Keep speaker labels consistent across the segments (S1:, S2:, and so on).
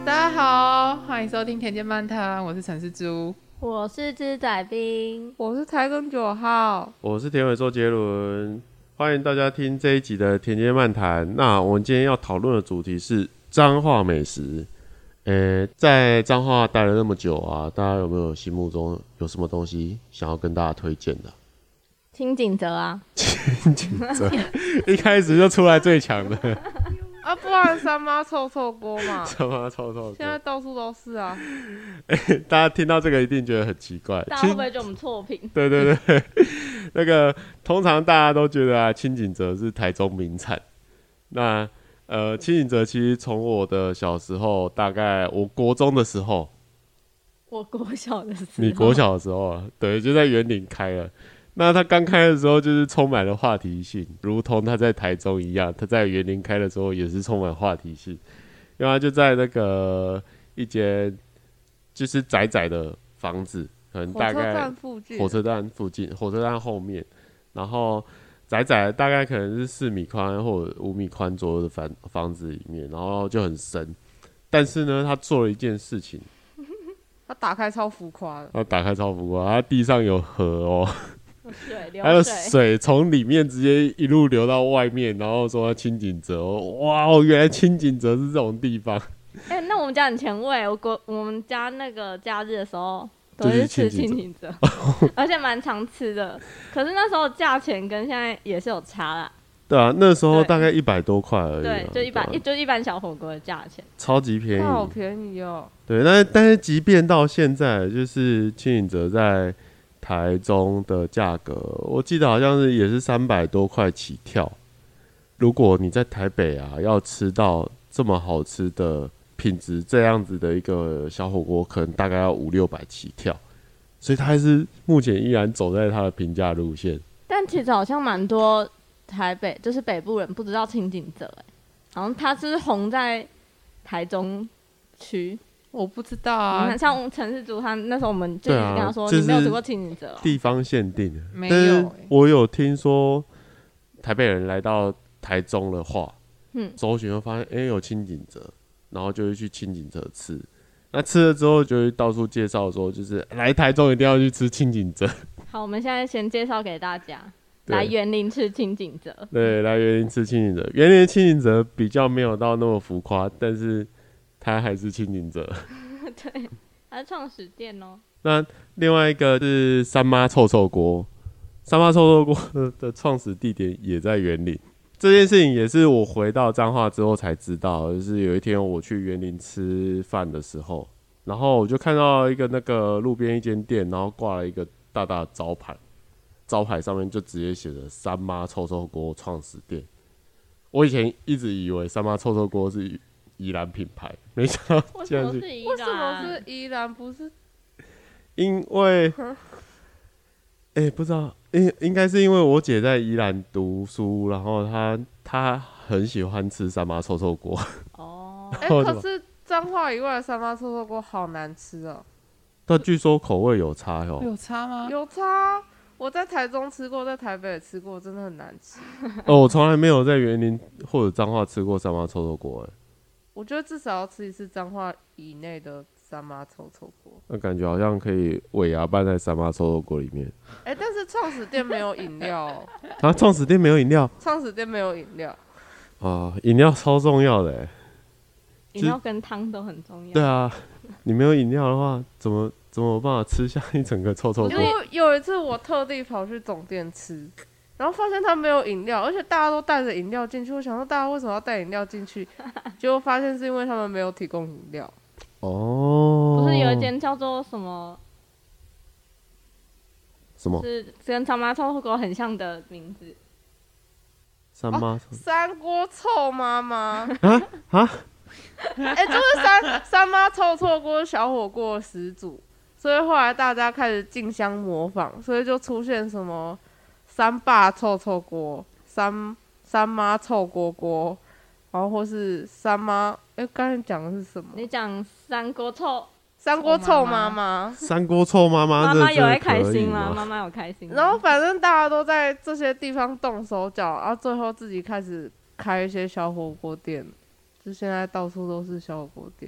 S1: 大家好，欢迎收听田间漫谈，我是陈世珠，
S2: 我是只仔兵，
S1: 我是台根9号，
S3: 我是田尾周杰伦，欢迎大家听这一集的田间漫谈。那我们今天要讨论的主题是彰化美食。在彰化待了那么久啊，大家有没有心目中有什么东西想要跟大家推荐的？
S2: 清景泽啊，
S3: 清景泽一开始就出来最强的
S1: 啊，不然三妈臭臭锅嘛，
S3: 三妈臭臭锅，
S1: 现在到处都是啊。
S3: 大家听到这个一定觉得很奇怪，
S2: 大家会不会觉得我们错评？
S3: 对对对，那个通常大家都觉得啊，清景泽是台中名产。那清景泽其实从我的小时候，大概我国中的时候，
S2: 我国小的时候，
S3: 你国小的时候啊，对，就在园林开了。那他刚开的时候就是充满了话题性，如同他在台中一样，他在园林开的时候也是充满话题性，因为他就在那个一间就是窄窄的房子，可能大概火车站附近，火车站后面，然后窄窄的大概可能是4米宽或者5米宽左右的房子里面，然后就很深。但是呢，他做了一件事情，
S1: 他打开超浮夸的，
S3: 他地上有河哦。还
S2: 有
S3: 水从里面直接一路流到外面，然后说清景泽，哇，原来清景泽是这种地方。
S2: 那我们家很前卫，我们家那个假日的时候都是吃清景泽，而且蛮常吃的。可是那时候价钱跟现在也是有差啦。
S3: 对啊，那时候大概100多块而已。
S2: 对，就一般小火锅的价钱，
S3: 超级便宜，
S1: 好便宜哦。
S3: 对，但是即便到现在，就是清景泽在台中的价格，我记得好像是也是300多块起跳。如果你在台北啊，要吃到这么好吃的品质这样子的一个小火锅，可能大概要500-600起跳。所以它还是目前依然走在它的平价路线。
S2: 但其实好像蛮多台北就是北部人不知道清景泽，好像它是红在台中区。
S1: 我不知道啊，
S2: 你看像陈世竹，他那时候我们就一直跟他说，你没有吃过清景泽，
S3: 地方限定的，
S1: 没有。
S3: 我有听说台北人来到台中的话，搜寻会发现，有清景泽，然后就会去清景泽吃。那吃了之后，就会到处介绍说，就是来台中一定要去吃清景泽。
S2: 好，我们现在先介绍给大家，来园林吃清景泽。
S3: 对，来园林吃清景泽。园林的清景泽比较没有到那么浮夸，但是它还是清景泽。
S2: 对，它是创始店哦。
S3: 那另外一个是三妈臭臭锅，三妈臭臭锅的创始地点也在园林。这件事情也是我回到彰化之后才知道，就是有一天我去园林吃饭的时候，然后我就看到一个那个路边一间店，然后挂了一个大大的招牌，招牌上面就直接写着三妈臭臭锅创始店。我以前一直以为三妈臭臭锅是宜兰品牌，没想到
S2: 为什么是宜兰？
S1: 为什么是宜兰？不是？
S3: 因为，不知道，应该是因为我姐在宜兰读书，然后她很喜欢吃三妈臭臭锅。
S2: 哦，
S1: 可是彰化以外的三妈臭臭锅好难吃哦。
S3: 但据说口味有差哦。
S1: 有差吗？有差。我在台中吃过，在台北也吃过，真的很难吃。
S3: 我从来没有在园林或者彰化吃过三妈臭臭锅。
S1: 我觉得至少要吃一次彰化以内的三妈臭臭锅。
S3: 那感觉好像可以尾牙拌在三妈臭臭锅里面。
S1: 但是创始店没有饮料哦。
S3: 啊，创始店没有饮料？
S1: 创始店没有饮料。
S3: 饮料超重要的。
S2: 饮料跟汤都很重要。
S3: 对啊，你没有饮料的话，怎么有办法吃下一整个臭臭锅？
S1: 因为有一次我特地跑去总店吃。然后发现他没有饮料，而且大家都带着饮料进去。我想说，大家为什么要带饮料进去？结果发现是因为他们没有提供饮料。
S3: 哦，
S2: 不是有一间叫做什么？
S3: 什么？
S2: 是跟三妈臭臭锅很像的名字。
S3: 三妈
S1: 三锅臭妈妈。
S3: 就是
S1: 三妈臭臭锅小火锅的始祖。所以后来大家开始竞相模仿，所以就出现什么三爸臭臭锅、三妈臭锅锅，然后或是三妈，刚才讲的是什么？
S2: 你讲三锅臭
S1: 妈妈，
S3: 三锅臭妈妈，
S2: 妈妈有会开心吗？妈妈有开心吗？
S1: 然后反正大家都在这些地方动手脚，然后最后自己开始开一些小火锅店，就现在到处都是小火锅店。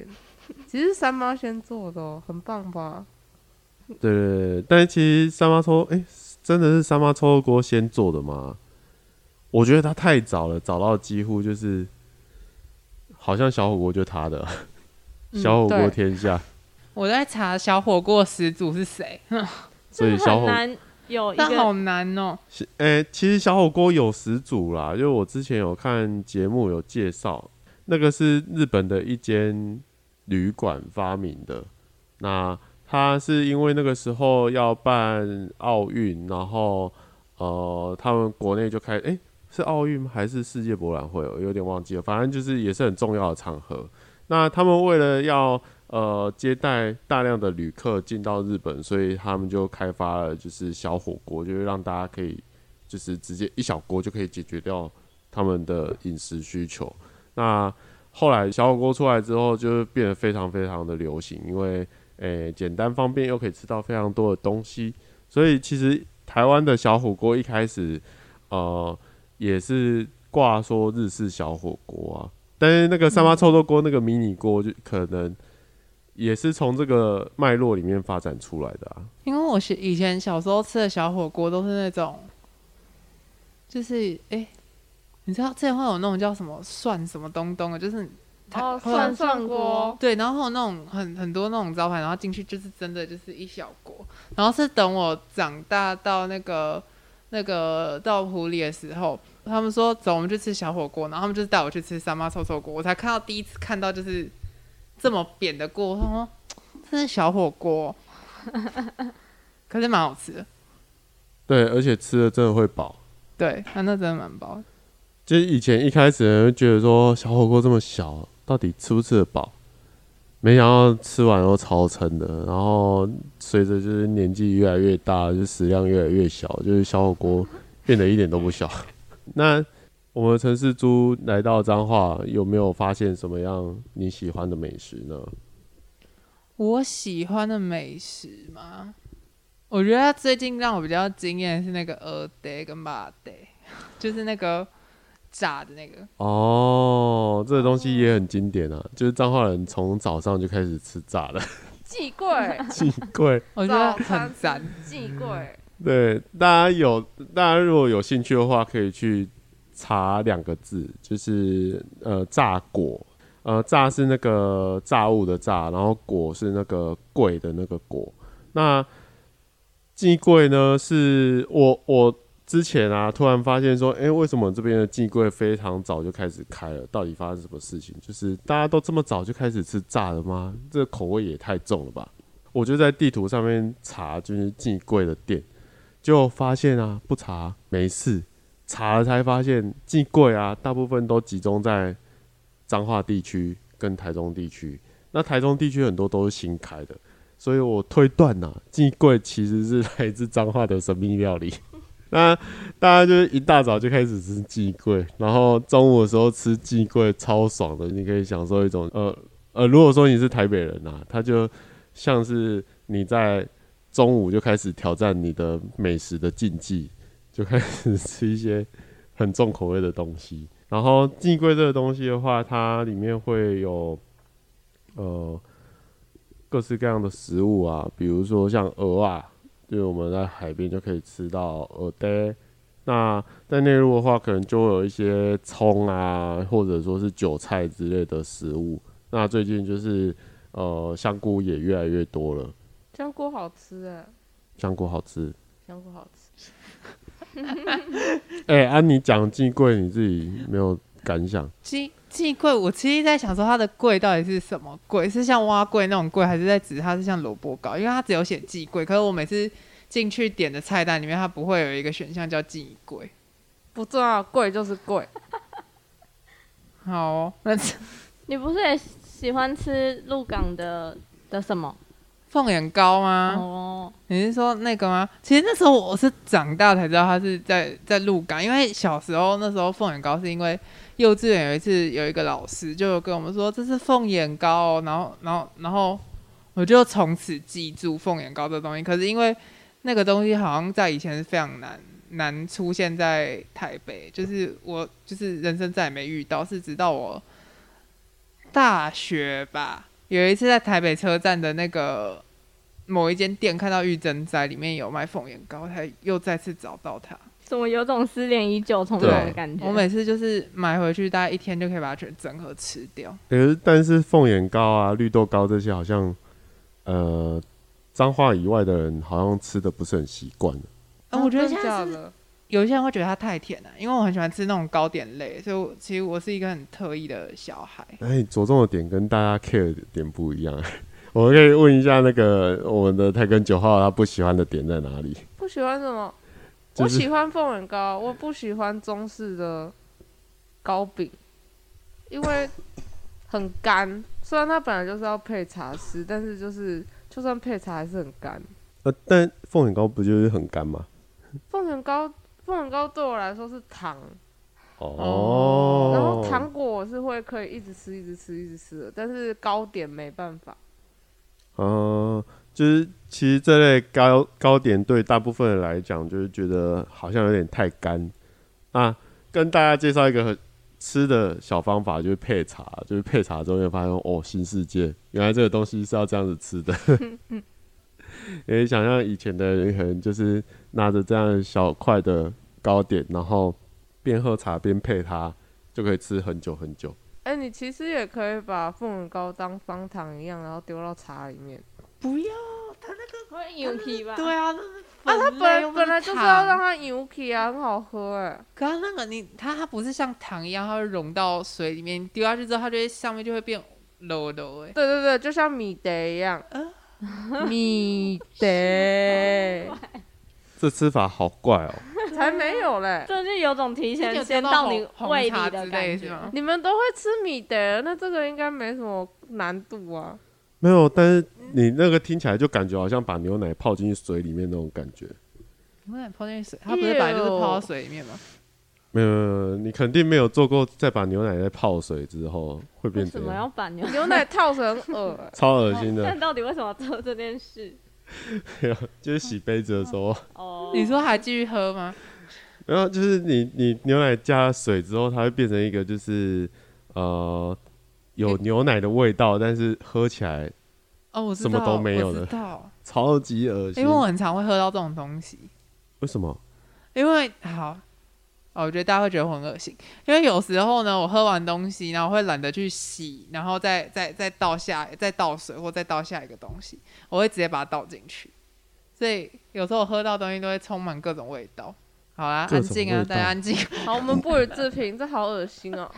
S1: 其实三妈先做的哦，很棒吧？
S3: 对对对，但是其实三妈臭，真的是三妈臭豆锅先做的吗？我觉得它太早了，早到几乎就是好像小火锅就它的，小火锅天下。
S4: 我在查小火锅始祖是谁，
S3: 所以小火
S2: 很难有一
S4: 但好
S2: 个
S4: 难哦。
S3: 其实小火锅有始祖啦，因为我之前有看节目有介绍，那个是日本的一间旅馆发明的。那它是因为那个时候要办奥运，然后他们国内就开，是奥运还是世界博览会？我有点忘记了，反正就是也是很重要的场合。那他们为了要接待大量的旅客进到日本，所以他们就开发了就是小火锅，就是让大家可以就是直接一小锅就可以解决掉他们的饮食需求。那后来小火锅出来之后，就变得非常非常的流行，因为简单方便又可以吃到非常多的东西，所以其实台湾的小火锅一开始也是挂说日式小火锅啊，但是那个三妈臭豆锅那个迷你锅就可能也是从这个脉络里面发展出来的啊。
S4: 因为我以前小时候吃的小火锅都是那种，就是你知道之前会有那种叫什么涮什么东东的，就是
S1: 涮锅，
S4: 对，然后会有那种很多那种招牌，然后进去就是真的就是一小锅，然后是等我长大到那个到湖里的时候，他们说走我们去吃小火锅，然后他们就是带我去吃三妈臭臭锅，我才第一次看到就是这么扁的锅，我说这是小火锅，可是蛮好吃的。
S3: 对，而且吃了真的会饱。
S4: 对，那真的蛮饱的。
S3: 就是以前一开始人会觉得说小火锅这么小，到底吃不吃得饱？没想到吃完都超撑的。然后随着就是年纪越来越大，就食量越来越小，就是小火锅变得一点都不小。那我们陈世珠来到彰化，有没有发现什么样你喜欢的美食呢？
S4: 我喜欢的美食吗？我觉得最近让我比较惊艳的是那个蚵嗲跟麻嗲，就是那个炸的那个。
S3: 哦，这个东西也很经典啊，就是彰化人从早上就开始吃炸的。
S1: 寄柜，
S3: 寄柜，
S4: 我觉得很赞。
S1: 寄柜，
S3: 对，大家如果有兴趣的话，可以去查2个字，就是炸果。炸是那个炸物的炸，然后果是那个柜的那个果。那寄柜呢，是我之前啊，突然发现说，为什么这边的寄柜非常早就开始开了？到底发生什么事情？就是大家都这么早就开始吃炸了吗？这个口味也太重了吧！我就在地图上面查，就是寄柜的店，就发现啊，不查没事，查了才发现寄柜啊，大部分都集中在彰化地区跟台中地区。那台中地区很多都是新开的。所以我推断呐，寄柜其实是来自彰化的神秘料理。那大家就是一大早就开始吃寄柜，然后中午的时候吃寄柜超爽的，你可以享受一种如果说你是台北人啊，它就像是你在中午就开始挑战你的美食的禁忌，就开始吃一些很重口味的东西。然后寄柜这个东西的话，它里面会有各式各样的食物啊，比如说像蚵啊，就是我们在海边就可以吃到蚵嗲。那在内陆的话，可能就会有一些葱啊，或者说是韭菜之类的食物。那最近就是香菇也越来越多了。
S1: 香菇好吃哎，
S3: 香菇好吃，
S1: 香菇好吃。
S3: 你讲寄柜，你自己没有感想？
S4: 寄柜，我其实在想说它的柜到底是什么柜，是像蛙柜那种柜，还是在指它是像萝卜糕？因为它只有写寄柜，可是我每次进去点的菜单里面，它不会有一个选项叫寄柜。
S1: 不重要，贵就是贵。
S4: 好哦，那
S2: 你不是也喜欢吃鹿港的什么
S4: 凤眼糕吗？
S2: 哦，
S4: 你是说那个吗？其实那时候我是长大才知道它是在鹿港，因为小时候那时候凤眼糕是因为幼稚园有一次有一个老师就有跟我们说这是凤眼糕哦，然后我就从此记住凤眼糕这东西。可是因为那个东西好像在以前是非常难出现在台北，就是我就是人生再也没遇到，是直到我大学吧， 有一次在台北车站的那个某一间店看到玉珍斋里面有卖凤眼糕，才又再次找到它。
S2: 怎么有种思念已久重来的感觉？
S4: 我每次就是买回去，大概1天就可以把它全整盒吃掉。
S3: 但是凤眼糕啊、绿豆糕这些，好像彰化以外的人好像吃的不是很习惯。
S4: 我觉得现在
S1: 真的假的
S4: 有一些人会觉得它太甜了，因为我很喜欢吃那种糕点类，所以其实我是一个很特意的小孩。
S3: 你着重的点跟大家 care 的点不一样。我们可以问一下那个我们的台根9号，他不喜欢的点在哪里？
S1: 不喜欢什么？
S3: 就是
S1: 我喜欢凤眼糕，我不喜欢中式的糕饼，因为很干。虽然它本来就是要配茶吃，但是就算配茶还是很干。
S3: 但凤眼糕不就是很干吗？
S1: 凤眼糕对我来说是糖，
S3: 哦，
S1: 然后糖果我是会可以一直吃的，但是糕点没办法。
S3: 就是其实这类糕点对大部分人来讲，就是觉得好像有点太干啊。跟大家介绍一个吃的小方法，就是配茶。就是配茶之后会发现，新世界，原来这个东西是要这样子吃的。也想象以前的人可能就是拿着这样小块的糕点，然后边喝茶边配它，就可以吃很久很久。
S1: 你其实也可以把凤眼糕当方糖一样，然后丢到茶里面。
S4: 不要，它那个
S2: 会油皮吧？
S4: 对啊，那是
S1: 它
S4: 粉类
S1: 本来就是要让它油起啊，很好喝
S4: 可它那个它不是像糖一样，它会溶到水里面，丢下去之后，它上面就会变柔柔哎。
S1: 对对对，就像米德一样。米德，
S3: 这吃法好怪哦。
S1: 才没有嘞！
S2: 这就有种提前先到你胃里的感觉。
S1: 你们都会吃米德，那这个应该没什么难度啊。
S3: 没有，但是你那个听起来就感觉好像把牛奶泡进水里面那种感觉。
S4: 牛奶泡进水，它不是本来就是泡到水里面吗？
S3: 没有，你肯定没有做过，再把牛奶在泡水之后会变怎样？
S2: 为什么要把
S1: 牛奶泡水很恶
S3: 超恶心的。
S2: 但到底为什么要做这件事？
S3: 就是洗杯子的时候。
S4: 你说还继续喝吗？
S3: 然后就是你牛奶加水之后，它会变成一个就是有牛奶的味道，但是喝起来
S4: 我知道
S3: 什么都没有的，超级恶心。
S4: 因为我很常会喝到这种东西。
S3: 为什么？
S4: 因为我觉得大家会觉得我很恶心，因为有时候呢，我喝完东西，然后会懒得去洗，然后再倒水或再倒下一个东西，我会直接把它倒进去，所以有时候我喝到东西都会充满各种味道。好啦，安静啊，大家安静。
S1: 好，我们不予置评，这好恶心哦。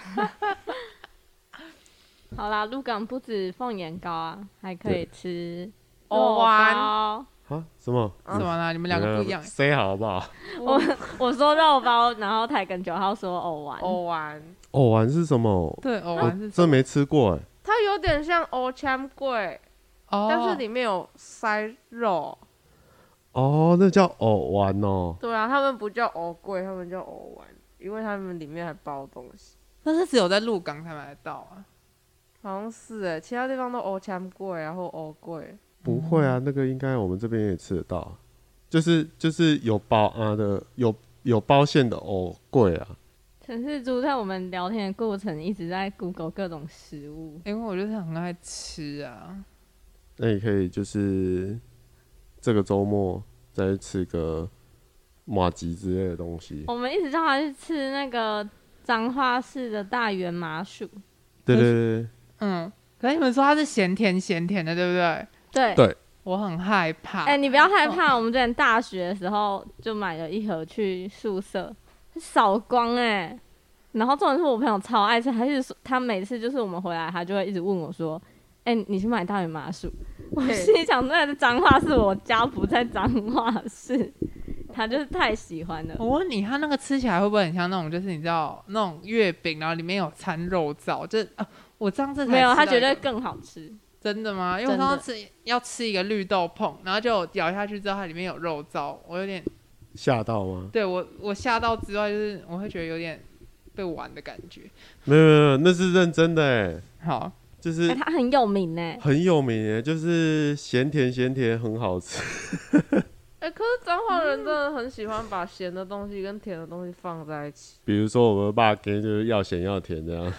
S2: 好啦，鹿港不止凤眼糕啊，还可以吃
S1: 藕丸
S3: 啊？什么
S4: 呢？你们两个不一样。
S3: say 好不好？
S2: 我说肉包，然后台根9号说藕丸。
S3: 藕丸是什么？
S4: 对，藕丸是什么？
S3: 真没吃过哎。
S1: 它有点像藕签粿，但是里面有塞肉。
S3: 那叫藕丸哦。
S1: 对啊，他们不叫藕粿，他们叫藕丸，因为他们里面还包东西。
S4: 但是只有在鹿港才买得到啊。
S1: 好像是其他地方都藕签粿啊，或藕粿。
S3: 不会啊，那个应该我们这边也吃得到，就是有包的有包馅的藕粿啊。
S2: 陈世珠在我们聊天的过程一直在 Google 各种食物，
S4: 因为我就是很爱吃啊。
S3: 那你可以就是这个周末再吃个麻糬之类的东西。
S2: 我们一直叫他去吃那个彰化市的大圆麻薯。
S3: 对对对。
S4: 可是你们说它是咸甜的，对不对？
S2: 对，
S4: 我很害怕。
S2: 你不要害怕，我们之前大学的时候就买了一盒去宿舍，扫光然后重点是我朋友超爱吃，还是说他每次就是我们回来，他就会一直问我说：“你去买大圆麻薯？”我心里想，那彰化市我家不在彰化市，他就是太喜欢了。
S4: 我问你，他那个吃起来会不会很像那种，就是你知道那种月饼，然后里面有掺肉燥？我上次才
S2: 没有，他觉得更好吃。
S4: 真的吗？因为我上次要吃一个绿豆椪，然后就咬下去之后，它里面有肉燥，我有点
S3: 吓到吗？
S4: 对，我吓到之外，就是我会觉得有点被玩的感觉。
S3: 没有，那是认真的
S4: 好，
S3: 就是
S2: 它很有名
S3: 很有名就是咸甜很好吃。
S1: 可是彰化人真的很喜欢把咸的东西跟甜的东西放在一起。
S3: 比如说我们爸给就是要咸要甜这样。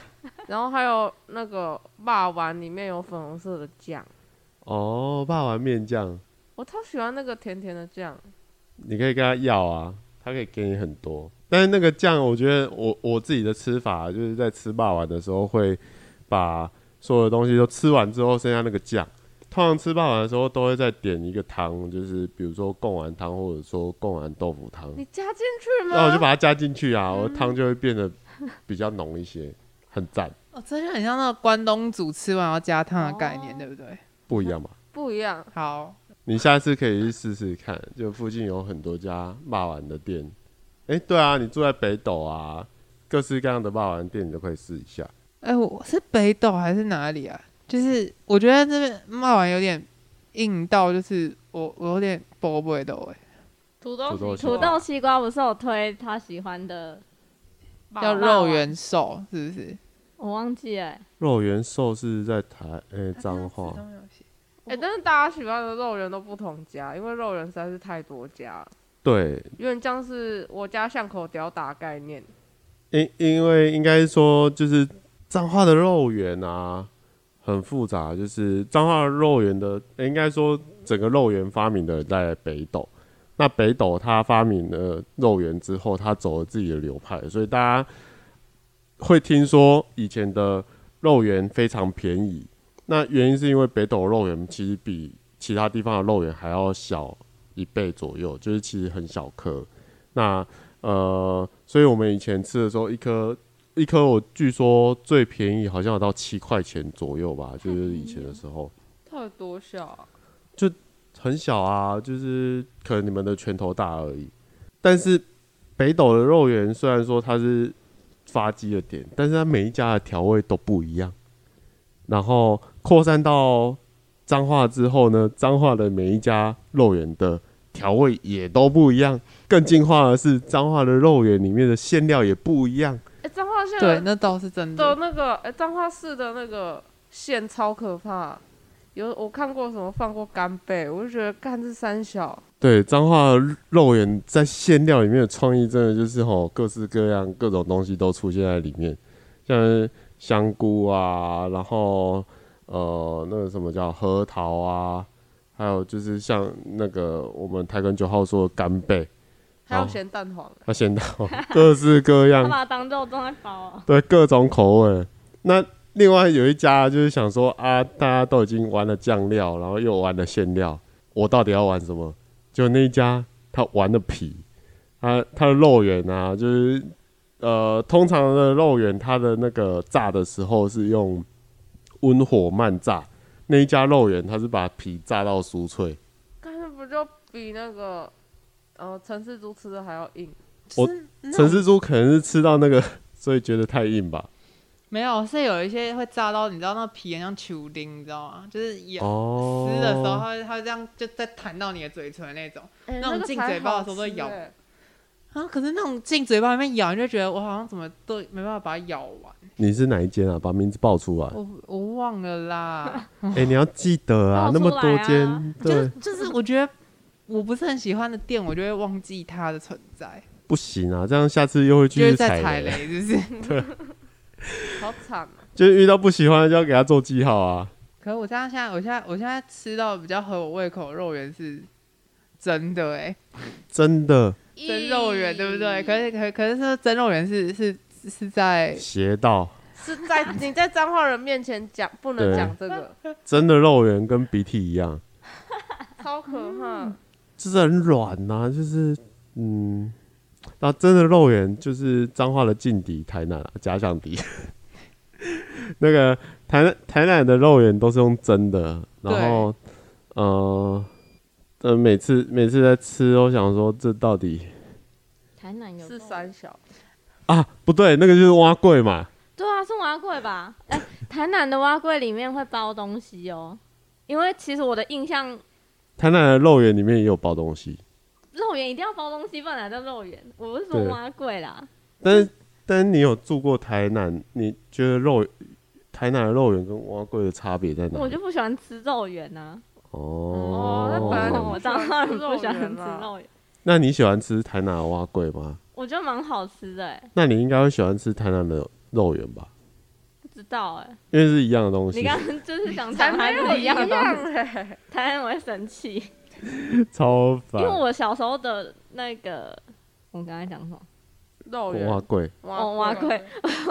S1: 然后还有那个霸丸里面有粉红色的酱，
S3: 哦，霸王面酱，
S1: 我超喜欢那个甜甜的酱。
S3: 你可以跟他要啊，他可以给你很多。但是那个酱，我觉得我自己的吃法就是在吃霸王的时候，会把所有的东西都吃完之后，剩下那个酱。通常吃霸王的时候，都会再点一个汤，就是比如说贡丸汤，或者说贡丸豆腐汤。
S1: 你加进去吗？
S3: 那我就把它加进去啊，我的汤就会变得比较浓一些，很赞。
S4: 哦，这就很像那个关东煮吃完要加汤的概念，对不对？
S3: 不一样吧？
S1: 不一样。
S4: 好，
S3: 你下次可以去试试看，就附近有很多家霸王的店。对啊，你住在北斗啊，各式各样的霸王店你都可以试一下。
S4: 我是北斗还是哪里啊？就是我觉得这边霸王有点硬到，就是我有点不会的
S1: 土豆
S2: 土豆西瓜不是有推他喜欢的
S4: 要肉圆寿，是不是？
S2: 我忘记了
S3: 肉圆寿是在彰化。
S1: 但是大家喜欢的肉圆都不同家，因为肉圆实在是太多家了。
S3: 对，
S1: 有点像是我家巷口屌打概念。
S3: 因为应该说就是彰化的肉圆啊，很复杂。就是彰化的肉圆的，应该说整个肉圆发明的人在北斗。那北斗他发明了肉圆之后，他走了自己的流派，所以大家会听说以前的肉圆非常便宜。那原因是因为北斗肉圆其实比其他地方的肉圆还要小1倍左右，就是其实很小颗。那所以我们以前吃的时候，一颗我据说最便宜好像有到7块钱左右吧，就是以前的时候。
S1: 它有多小啊？
S3: 就很小啊，就是可能你们的拳头大而已。但是北斗的肉圆虽然说它是发迹的点，但是它每一家的调味都不一样。然后扩散到彰化之后呢，彰化的每一家肉圆的调味也都不一样。更进化的是，彰化的肉圆里面的馅料也不一样。
S1: 彰化县
S4: 对，那倒是真的。
S1: 那个彰化市的那个馅超可怕。我看过什么放过干贝，我就觉得干是三小。
S3: 对，彰化的肉圆在馅料里面的创意真的就是各式各样各种东西都出现在里面，像香菇啊，然后那个什么叫核桃啊，还有就是像那个我们台根9号说的干贝，
S1: 还有咸蛋黄，
S3: 咸蛋黄，各式各样，
S2: 他把它当肉粽在包啊。
S3: 对，各种口味。那另外有一家就是想说啊，大家都已经玩了酱料，然后又玩了馅料，我到底要玩什么？就那一家他玩的皮，他的肉圆啊，就是通常的肉圆，它的那个炸的时候是用温火慢炸，那一家肉圆它是把皮炸到酥脆。
S1: 但是不就比那个陈氏猪吃的还要硬？
S3: 陈氏猪可能是吃到那个，所以觉得太硬吧。
S4: 没有，是有一些会炸到，你知道那皮很像球丁，你知道吗？就是撕的时候，它会这样就再弹到你的嘴唇的那种。那种进嘴巴的时候都会咬。可是那种进嘴巴里面咬，你就觉得我好像怎么都没办法把它咬完。
S3: 你是哪一间啊？把名字报出来。
S4: 我忘了啦。
S3: 你要记得啊，那么多间，对，
S4: 就是我觉得我不是很喜欢的店，我就会忘记它的存在。
S3: 不行啊，这样下次又会继续踩雷，
S4: 是不是？
S3: 对。
S1: 好惨啊！
S3: 就是遇到不喜欢的就要给他做记号啊。
S4: 可是我现在吃到比较合我胃口的肉圆是真的
S3: 真的
S4: 真肉圆对不对？可是说真肉圆是在
S3: 邪道，
S1: 是在你在彰化人面前讲不能讲这个。
S3: 真的肉圆跟鼻涕一样，
S1: 超可怕。
S3: 就是很软啊，就是那真的肉圆就是彰化的劲敌台南假想敌。那个台南的肉圆都是用蒸的，然后每次在吃都想说这到底
S2: 台南有
S1: 是三小
S3: 啊？不对，那个就是碗粿嘛。
S2: 对啊，是碗粿吧？台南的碗粿里面会包东西哦，因为其实我的印象，
S3: 台南的肉圆里面也有包东西。
S2: 肉圆一定要包东西，不然哪叫肉圆？我不是说碗粿啦。
S3: 但是你有住过台南，你觉得台南的肉圆跟碗粿的差别在哪里？
S2: 我就不喜欢吃肉圆啊。
S1: 那本来
S2: 我彰化人不喜欢吃肉圆。
S3: 那你喜欢吃台南的碗粿吗？
S2: 我觉得蛮好吃的
S3: 那你应该会喜欢吃台南的肉圆吧？
S2: 知道哎、
S3: 因为是一样的东西，
S2: 你刚刚就是想
S1: 才
S2: 讲它
S1: 没有
S2: 是一样的东西，
S1: 嘞。
S2: 台湾我会生气，
S3: 超烦。
S2: 因为我小时候的那个，我刚才讲什么？
S1: 肉圆
S3: 蛙贵，
S2: 哦蛙粿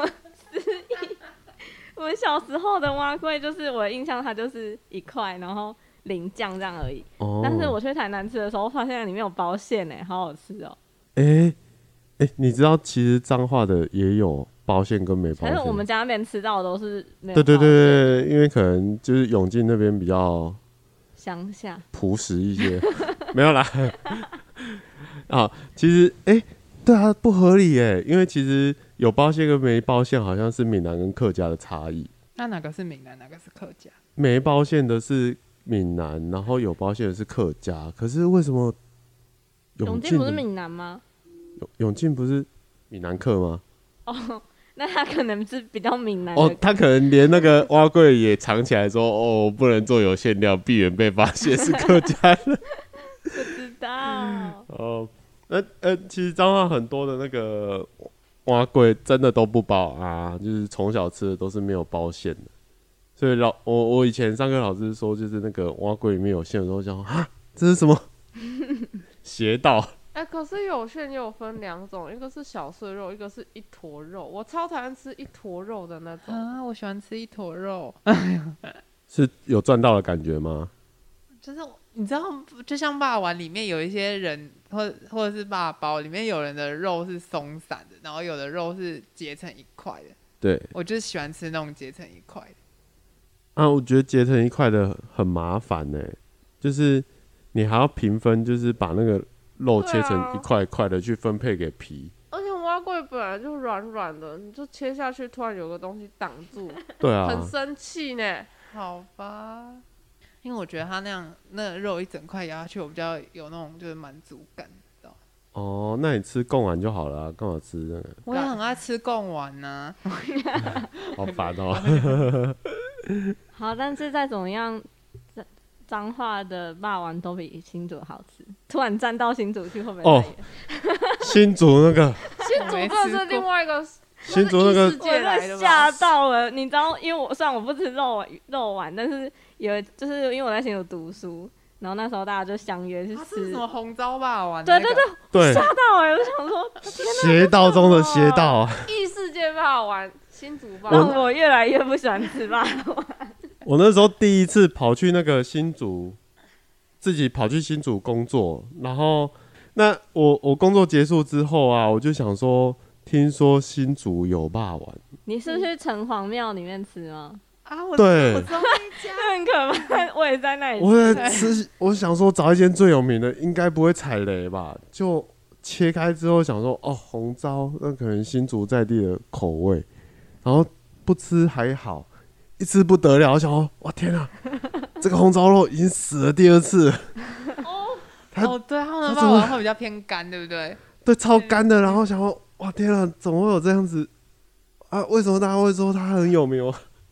S2: 我们小时候的蛙粿，就是我的印象，它就是1块，然后淋酱这样而已。
S3: 哦，
S2: 但是我去台南吃的时候，发现里面有包馅诶，好好吃哦。
S3: 你知道其实彰化的也有包馅跟没包馅，
S2: 但是我们家那边吃到的都是没有
S3: 对对
S2: 包馅
S3: 对对，因为可能就是永靖那边比较
S2: 乡下。
S3: 朴实一些，没有啦。啊，其实对啊，不合理耶，因为其实有包馅跟没包馅好像是闽南跟客家的差异。
S4: 那哪个是闽南，哪个是客家？
S3: 没包馅的是闽南，然后有包馅的是客家。可是为什么
S2: 永靖不是闽南吗？
S3: 永靖不是闽南客吗？
S2: 哦，那他可能是比较闽南的。
S3: 哦，他可能连那个蛙柜也藏起来说，哦，不能做有馅料，避免被发现是客家人。
S2: 不知道。
S3: 哦，其实彰化很多的那个蛙柜真的都不包啊，就是从小吃的都是没有包馅的。所以我以前上课老师说，就是那个蛙柜里面有馅的时候，想说啊，这是什么邪道？
S1: 可是有馅也有分2种，一个是小碎肉，一个是一坨肉。我超讨厌吃一坨肉的那种。
S4: 啊，我喜欢吃一坨肉，
S3: 是有赚到的感觉吗？
S4: 就是你知道，就像霸丸里面有一些人，或者是霸包里面有人的肉是松散的，然后有的肉是结成一块的。
S3: 对
S4: 我就是喜欢吃那种结成一块的。
S3: 啊，我觉得结成一块的很麻烦呢，就是你还要平分，就是把那个肉切成一块一块的去分配给皮。
S1: 而且蛙粿本来就软软的，你就切下去，突然有个东西挡住，
S3: 对啊，
S1: 很生气呢。
S4: 好吧，因为我觉得它那个肉一整块咬下去，我比较有那种就是满足感。
S3: 哦，那你吃贡丸就好了啊，干嘛吃那个？
S4: 我也很爱吃贡丸呐，
S3: 好烦哦。
S2: 好，但是再怎么样，彰化的霸王都比新竹好吃。突然站到新竹去，会不会
S3: 哦
S2: 太远？
S3: 新竹那个，
S1: 新竹真的是另外一个，
S3: 新竹那个
S1: 世界来的吧？
S2: 我吓到了，你知道，因为虽然我不吃肉丸，但是就是因为我在新竹读书，然后那时候大家就相约去吃
S4: 它是什么红糟霸丸？
S2: 对对对，
S3: 对，
S2: 吓到我想说，
S3: 邪道中的邪道啊！
S1: 异世界霸王，新竹霸
S2: 让
S1: 王。
S2: 我越来越不喜欢吃霸王。
S3: 我那时候第一次跑去那个新竹，自己跑去新竹工作，然后那我工作结束之后啊，我就想说，听说新竹有霸王，
S2: 你是去城隍庙里面吃吗？
S4: 啊，我
S3: 对
S4: 知道那一家，
S2: 很可怕，我也在那里吃。
S3: 我在吃，我想说找一间最有名的，应该不会踩雷吧？就切开之后想说，哦，红糟，那可能新竹在地的口味，然后不吃还好，一吃不得了，我想说，哇天啊，这个红糟肉已经死了第2次了。它
S4: 哦，对，他们的霸王会比较偏干，对不对？
S3: 对，超干的，然后想说，哇天啊，怎么会有这样子啊？为什么大家会说它很有名？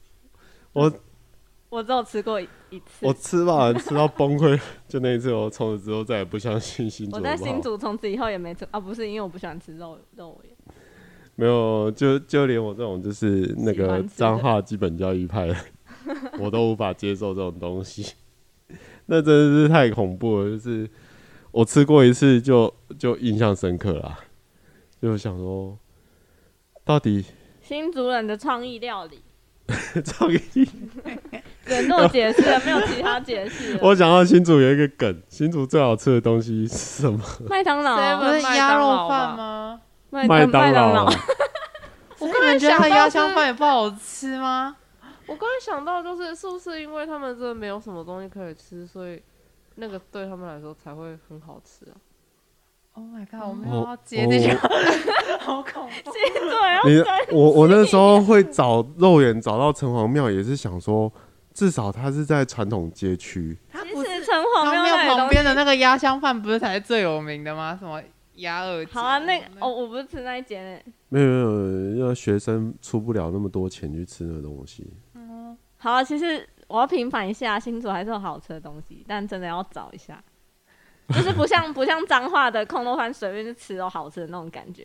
S2: 我只有吃过一次。
S3: 我吃吧，吃到崩溃，就那一次，我从此之后再也不相信新竹。
S2: 我在新竹从此以后也没吃啊，不是因为我不喜欢吃肉味。
S3: 没有，就连我这种就是那个彰化基本教育派的，我都无法接受这种东西。那真的是太恐怖了，就是我吃过一次就印象深刻啦，就想说，到底
S2: 新竹人的创意料理，
S3: 创意。
S2: 只能这么解释了，没有其他解释了。
S3: 我想到新竹有一个梗，新竹最好吃的东西是什么？
S2: 麦当劳啊，
S4: 不是鸭肉饭吗？
S3: 麦当
S2: 麦当
S3: 劳。
S1: 我刚才
S4: 你们觉得它
S1: 想到
S4: 鸭香饭也不好吃吗？
S1: 我刚才想到就是，是不是因为他们真的没有什么东西可以吃，所以那个对他们来说才会很好吃啊
S4: ？Oh my god！我没有要接这句话，好恐怖。
S3: 我那时候会找肉圆找到城隍庙，也是想说，至少它是在传统街区。
S2: 其
S4: 它不是
S2: 实城隍庙那里
S4: 旁边的那个鸭香饭不是才是最有名的吗？什么鸭耳鸡？
S2: 好啊，那个我不是吃那一间诶。
S3: 没有，因为学生出不了那么多钱去吃那个东西。
S2: 好啊，其实我要平反一下，新竹还是有好吃的东西，但真的要找一下，就是不像彰化的空豆饭随便去吃都好吃的那种感觉。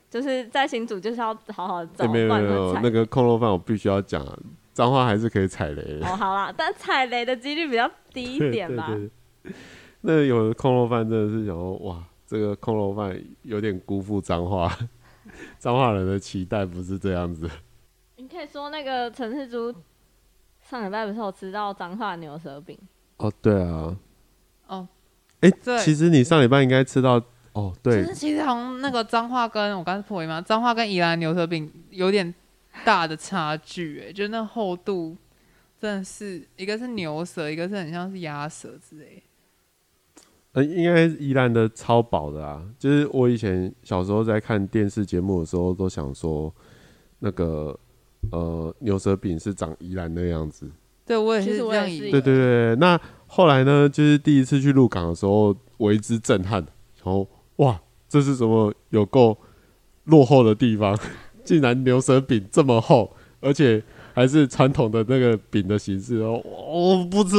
S2: 就是在新竹就是要好好的走，
S3: 没有没有，那个空肉饭我必须要讲啊，彰化还是可以踩雷的。
S2: 哦，好啦，但踩雷的几率比较低一点吧。
S3: 对，那有的空肉饭真的是想说，哇，这个空肉饭有点辜负彰化，彰化人的期待不是这样子。
S2: 你可以说那个陈世珠上礼拜不是有吃到彰化牛舌饼？
S3: 哦，对啊，
S4: 哦，
S3: 对，其实你上礼拜应该吃到。哦，对，
S4: 就是其实好像那个彰化跟我刚才破音嘛，彰化跟宜兰牛舌饼有点大的差距，就那厚度真的是一个是牛舌，一个是很像是鸭舌之类的。
S3: 应该宜兰的超薄的啊，就是我以前小时候在看电视节目的时候，都想说那个牛舌饼是长宜兰那样子。
S4: 对，我也是这样以为。
S3: 对，那后来呢，就是第一次去鹿港的时候，为之震撼，然后哇，这是什么有够落后的地方？竟然牛舌饼这么厚，而且还是传统的那个饼的形式哦！我不吃。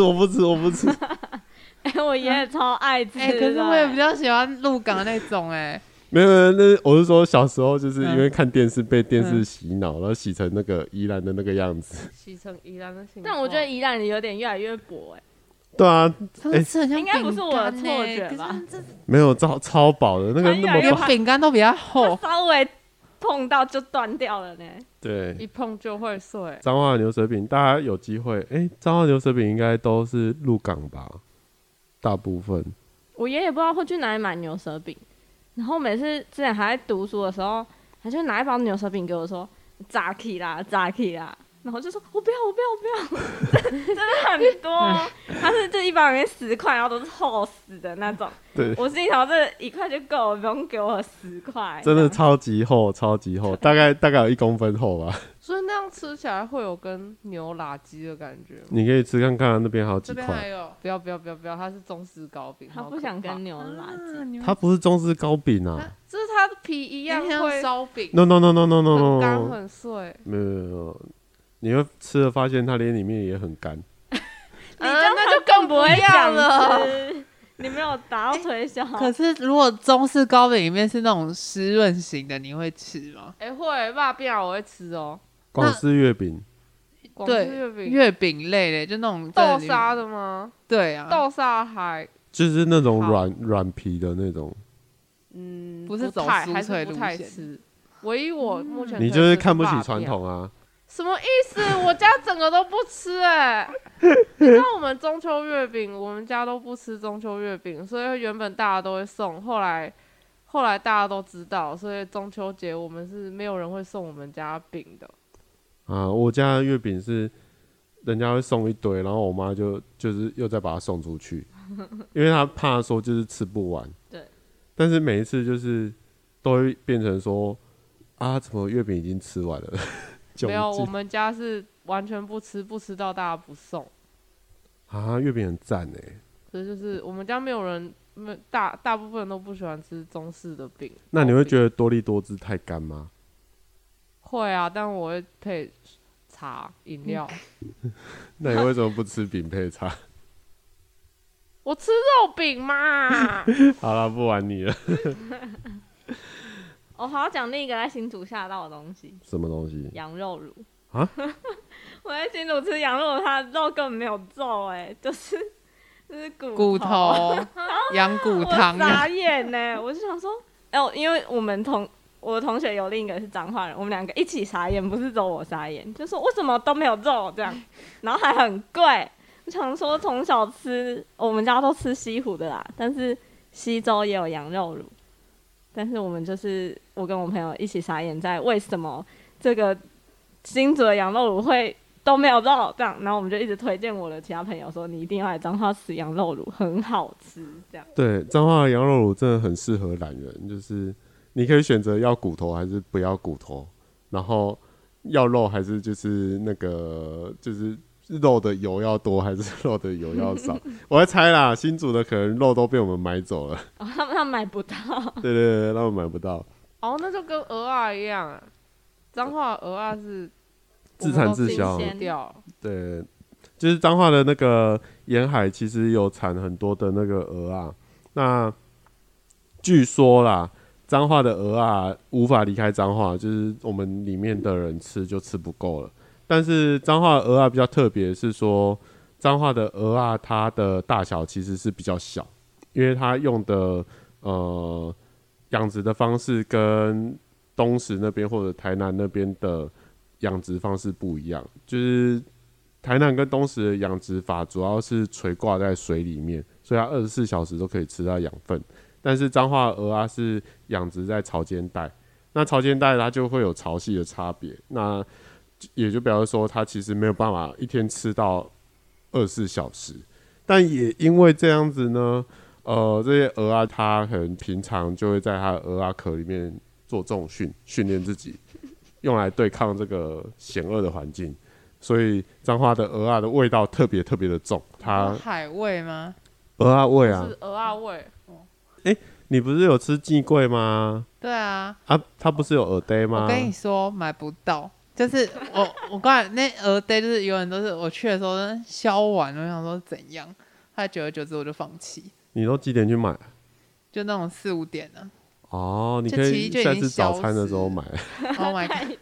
S2: 我爷爷超爱吃的。
S4: 可是我也比较喜欢鹿港那种
S3: 没有，那我是说小时候就是因为看电视被电视洗脑，然后洗成那个宜兰的那个样子，
S1: 洗成宜兰的形状。
S2: 但我觉得宜兰有点越来越薄
S3: 对啊，
S2: 应该不是我的错觉吧？
S3: 没有超薄的那个那么薄，
S4: 饼干都比较厚，
S2: 稍微碰到就断掉了呢。
S3: 对，
S1: 一碰就会碎。
S3: 彰化牛舌饼，大家有机会，彰化牛舌饼应该都是鹿港吧，大部分。
S2: 我爷爷不知道会去哪里买牛舌饼，然后每次之前还在读书的时候，他就拿一包牛舌饼给我说炸起啦，然后就说我不要，真的很多，它是这一包里面10块，然后都是厚死的那种。
S3: 对，
S2: 我心想这1块就够了，不用给我10块。
S3: 真的超级厚，大概有1公分厚吧。
S1: 所以那样吃起来会有跟牛拉鸡的感觉吗？
S3: 你可以吃看看，那边还有几
S1: 这边还
S3: 块。
S1: 有，不要，它是中式糕饼。
S2: 他不想跟牛拉鸡，
S3: 它不是中式糕饼啊，
S1: 就是它的皮一样
S4: 像
S1: 会
S4: 烧饼。
S3: No，
S1: 很干很碎。
S3: 没有，你会吃了发现它连里面也很干。
S2: 你那就更不会想
S1: 了。
S2: 吃。你没有达到推销。
S4: 可是如果中式糕饼里面是那种湿润型的，你会吃吗？
S1: 会肉饼我会吃哦。
S3: 广式月饼，
S1: 对，
S4: 月饼类的，就那种
S1: 豆沙的吗？
S4: 对啊，
S1: 豆沙还
S3: 就是那种软皮的那种。
S4: 不是走酥脆路线。
S1: 唯一我目前
S3: 你就是看不起传统啊。
S1: 什么意思？我家整个都不吃你知道我们中秋月饼，我们家都不吃中秋月饼，所以原本大家都会送，后来大家都知道，所以中秋节我们是没有人会送我们家饼的。
S3: 我家的月饼是人家会送一堆，然后我妈就是又再把它送出去，因为她怕说就是吃不完。
S2: 对。
S3: 但是每一次就是都会变成说怎么月饼已经吃完了？
S1: 没有，我们家是完全不吃到大家不送。
S3: 月饼很赞
S1: 所以就是我们家没有人，大部分人都不喜欢吃中式的饼。
S3: 那你会觉得多利多汁太干吗？
S1: 会啊，但我会配茶饮料。
S3: 那你为什么不吃饼配茶？
S1: 我吃肉饼嘛。
S3: 好了，不玩你了。
S2: 我还要讲另一个在新竹吓到的东西。
S3: 什么东西？
S2: 羊肉乳
S3: 啊！
S2: 我在新竹吃羊肉，它肉根本没有肉，就是
S4: 骨头，羊骨汤。
S2: 我傻眼我就想说，因为我的同学有另一个是彰化人，我们2个一起傻眼，不是只有我傻眼，就说为什么都没有肉这样，然后还很贵。我想说从小吃，我们家都吃西湖的啦，但是西周也有羊肉乳。但是我们就是我跟我朋友一起傻眼在为什么这个新竹的羊肉乳会都没有肉这样，然后我们就一直推荐我的其他朋友说你一定要来彰化吃羊肉乳，很好吃这样。
S3: 对，彰化的羊肉乳真的很适合懒人，就是你可以选择要骨头还是不要骨头，然后要肉还是就是那个就是肉的油要多还是肉的油要少？我在猜啦，新竹的可能肉都被我们买走了。
S2: 他们买不到。
S3: 对，他们买不到。
S1: 那就跟蚵仔一样彰化蚵仔是
S3: 自产自销。对，就是彰化的那个沿海其实有产很多的那个蚵仔。那据说啦， 彰化的蚵仔无法离开彰化，就是我们里面的人吃就吃不够了。但是彰化的蚵仔比较特别，是说彰化的蚵仔它的大小其实是比较小，因为它用的养殖的方式跟东石那边或者台南那边的养殖方式不一样，就是台南跟东石的养殖法主要是垂挂在水里面，所以它24小时都可以吃到养分。但是彰化的蚵仔是养殖在潮间带，那潮间带它就会有潮汐的差别，那也就表示说它其实没有办法一天吃到24小时。但也因为这样子呢，这些蚵仔它可能平常就会在它的蚵仔壳里面做重训练自己，用来对抗这个险恶的环境。所以彰化的蚵仔的味道特别特别的重，它
S4: 海味吗？
S3: 蚵仔味啊，
S1: 是蚵仔味。
S3: 你不是有吃鸡贵吗？
S4: 对啊，
S3: 它不是有蚵嗲吗？
S4: 我跟你说买不到，就是我刚才那蚵嗲就是永远都是我去的时候销完，我想说怎样，后来久而久之我就放弃，
S3: 你都几点去买？
S4: 就那种4、5点啊。
S3: 哦，你可以下次早餐的时候买。
S4: Oh my god！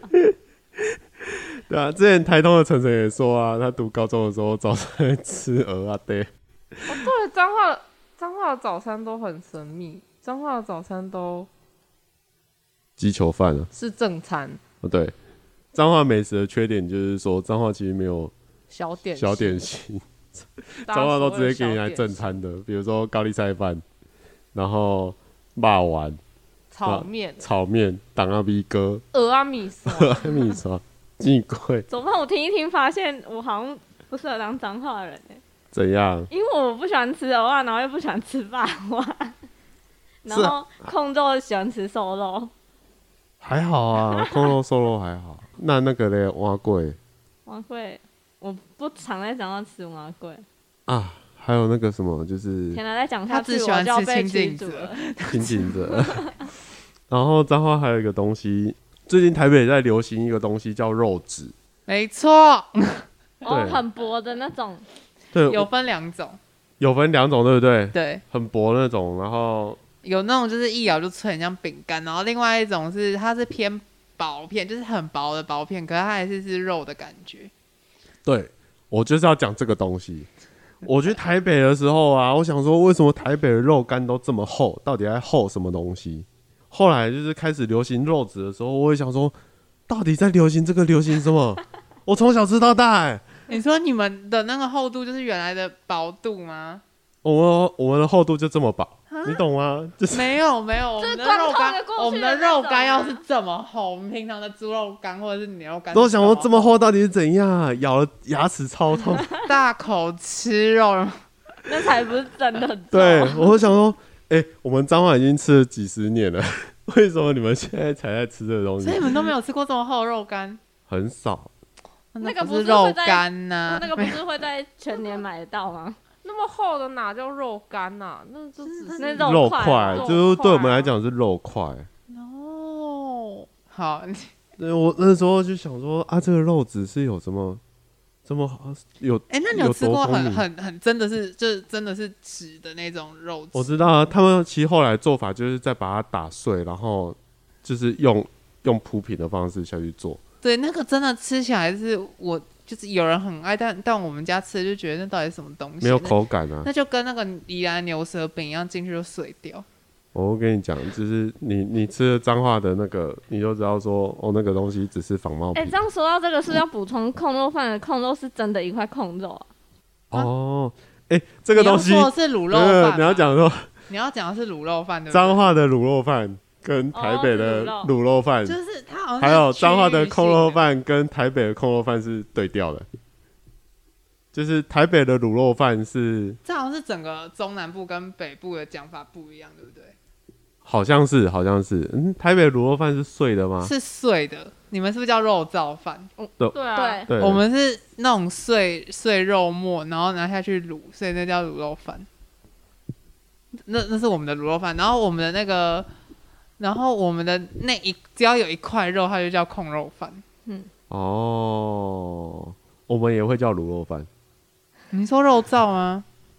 S3: 对啊，之前台东的晨晨也说啊，他读高中的时候早餐吃蚵仔嗲。
S1: 对，彰化的早餐都很神秘，彰化的早餐都
S3: 鸡球饭啊，
S1: 是正餐。
S3: 对，彰化美食的缺点就是说，彰化其实没有
S1: 小点
S3: 心，彰化都直接给你来正餐的，比如说高丽菜饭，然后肉丸、炒面、党阿米哥、
S1: 蚵仔米线、
S3: 米刷、鸡贵。
S2: 怎么办？我听一听，发现我好像不适合当彰化的人
S3: 怎样？
S2: 因为我不喜欢吃蚵仔，然后又不喜欢吃肉丸，然后控肉喜欢吃瘦肉。
S3: 还好啊，控肉瘦肉还好。那个嘞，碗粿。
S2: 碗粿，我不常在彰化吃碗粿
S3: 啊。还有那个什么，就是
S2: 天哪，再讲下去
S4: 我就要被
S2: 驱逐了。
S3: 清醒者。然后彰化还有一个东西，最近台北也在流行一个东西叫肉纸。
S4: 没错。
S2: 很薄的那种。
S3: 对，
S4: 有分2种。
S3: 有分2种，对不对？
S4: 对，
S3: 很薄那种，然后
S4: 有那种就是一咬就脆，很像饼干，然后另外一种是它是偏薄片，就是很薄的薄片，可是它还是肉的感觉。
S3: 对，我就是要讲这个东西。我去台北的时候啊，我想说为什么台北的肉干都这么厚，到底在厚什么东西？后来就是开始流行肉纸的时候，我也想说，到底在流行什么？我从小吃到大
S4: 你说你们的那个厚度就是原来的薄度吗？
S3: 我们的厚度就这么薄，你懂吗？就是
S4: 没有，我们的肉干要是这么厚，我们平常的猪肉干或者是牛肉干
S3: 都想说这么厚到底是怎样？咬了牙齿超痛，
S4: 大口吃肉，
S2: 那才不是真的。
S3: 对，我想说，我们彰化已经吃了几十年了，为什么你们现在才在吃这个东西？
S4: 所以你们都没有吃过这么厚的肉干？
S3: 很少。
S2: 那个
S4: 不是肉干呐，
S2: 那个不是会在全年买得到吗？
S1: 那么厚的哪叫肉干啊？那就只是
S2: 那
S3: 肉块，就是对我们来讲是肉块。
S4: 哦，好。
S3: 我那时候就想说啊，这个肉质是有什么这么有？
S4: 那你有吃过很真的是就是真的是纸的那种肉质？
S3: 我知道啊，他们其实后来做法就是再把它打碎，然后就是用铺平的方式下去做。
S4: 对，那个真的吃起来是我就是有人很爱，但我们家吃就觉得那到底是什么东西？
S3: 没有口感啊。
S4: 那就跟那个宜兰牛舌饼一样，进去就碎掉。
S3: 我跟你讲，就是你吃了彰化的那个，你就知道说那个东西只是仿冒品。
S2: 这样说到这个是要补充控肉饭的控肉是真的一块控肉啊。
S3: 这个东西
S4: 你要说的是卤肉饭，
S3: 你要讲说
S4: 你要讲的是卤肉饭，对不对？
S3: 彰化的卤肉饭跟台北的卤肉饭，
S4: 就是它好像
S3: 还有彰化的控肉饭跟台北的控肉饭是对调的。就是台北的卤肉饭是，
S4: 这好像是整个中南部跟北部的讲法不一样，对不对？
S3: 好像是，台北的卤肉饭是碎的吗？
S4: 是碎的，你们是不是叫肉燥饭？
S1: 对啊，
S2: 对，
S4: 我们是那种碎肉末，然后拿下去卤，所以那叫卤肉饭。那是我们的卤肉饭，然后我们的那个，然后我们的只要有一块肉，它就叫控肉饭。
S3: 我们也会叫卤肉饭。
S4: 你说肉燥吗？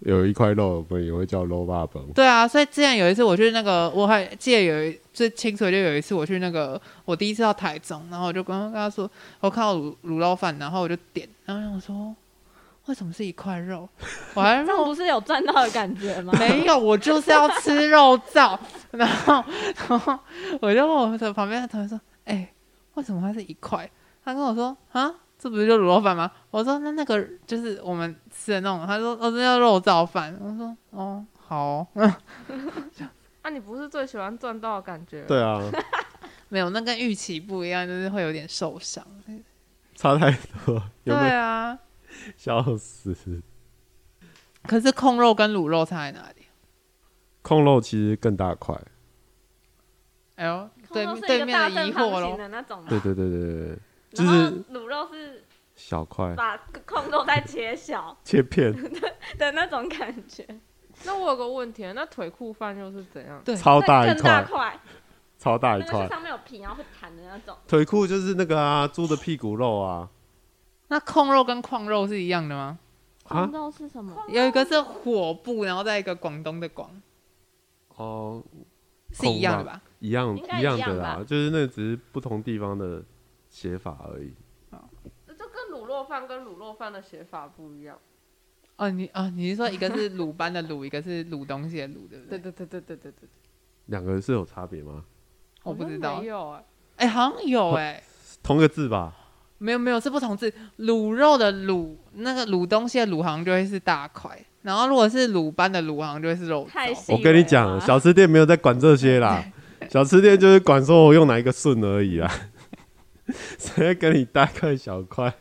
S3: 有一块肉，我们也会叫肉霸本。
S4: 对啊，所以之前有一次我去那个，我还记得最清楚的就有一次我去那个，我第一次到台中，然后我就跟他说，我看到卤肉饭，然后我就点，然后我说为什么是一块肉？我还
S2: 这样不是有赚到的感觉吗？
S4: 没有，我就是要吃肉燥，然后我就问我的旁边的同学说，为什么它是一块？他跟我说啊。这不是就卤肉饭吗？我说那个就是我们吃的那种。他说这叫肉燥饭。我说哦好哦
S1: 啊，你不是最喜欢赚到的感觉？
S3: 对啊，
S4: 没有，那跟预期不一样，就是会有点受伤。
S3: 差太多，有没有
S4: 对啊，
S3: 笑死？
S4: 可是控肉跟卤肉差在哪里？
S3: 控肉其实更大块。
S4: 哎呦，对
S2: 控肉是一
S4: 对面的
S2: 个大正
S4: 疑惑咯。
S2: 方形的那种吗？
S3: 对对对对对，就
S2: 然后
S3: 是
S2: 卤肉是
S3: 小块
S2: 把控肉再切小
S3: 切片，
S2: 的那种感觉，
S1: 那我有个问题，那腿裤饭又是怎样？
S4: 对，
S3: 超大一
S2: 更大
S3: 块，
S2: 块，
S3: 超大一块
S2: 那个是。上面有皮，然后会弹的那种。
S3: 腿裤就是那个啊，猪的屁股肉啊。
S4: 那控肉跟矿肉是一样的吗？
S3: 啊
S2: 控肉是什么？
S4: 有一个是火部，然后再一个广东的广，
S3: 哦，
S4: 是一样的吧？
S3: 一样
S2: 应该
S3: 一样
S2: 一样
S3: 的啦
S2: 吧，
S3: 就是那只是不同地方的写法而已。
S1: 这跟卤肉饭跟卤肉饭的写法不一样。
S4: 哦，你是说一个是卤班的卤，一个是卤东西的卤，对不对？
S1: 对对对对对对对，
S3: 两个是有差别吗？
S4: 我不知道
S1: 好像没，有
S4: 好像有
S3: 同个字吧？
S4: 没有是不同字。卤肉的卤，那个卤东西的卤好像就会是大块，然后如果是卤班的卤好像就会是肉燥。
S2: 太细
S3: 我跟你讲，小吃店没有在管这些啦，小吃店就是管说我用哪一个顺而已啦。谁会跟你大块小块？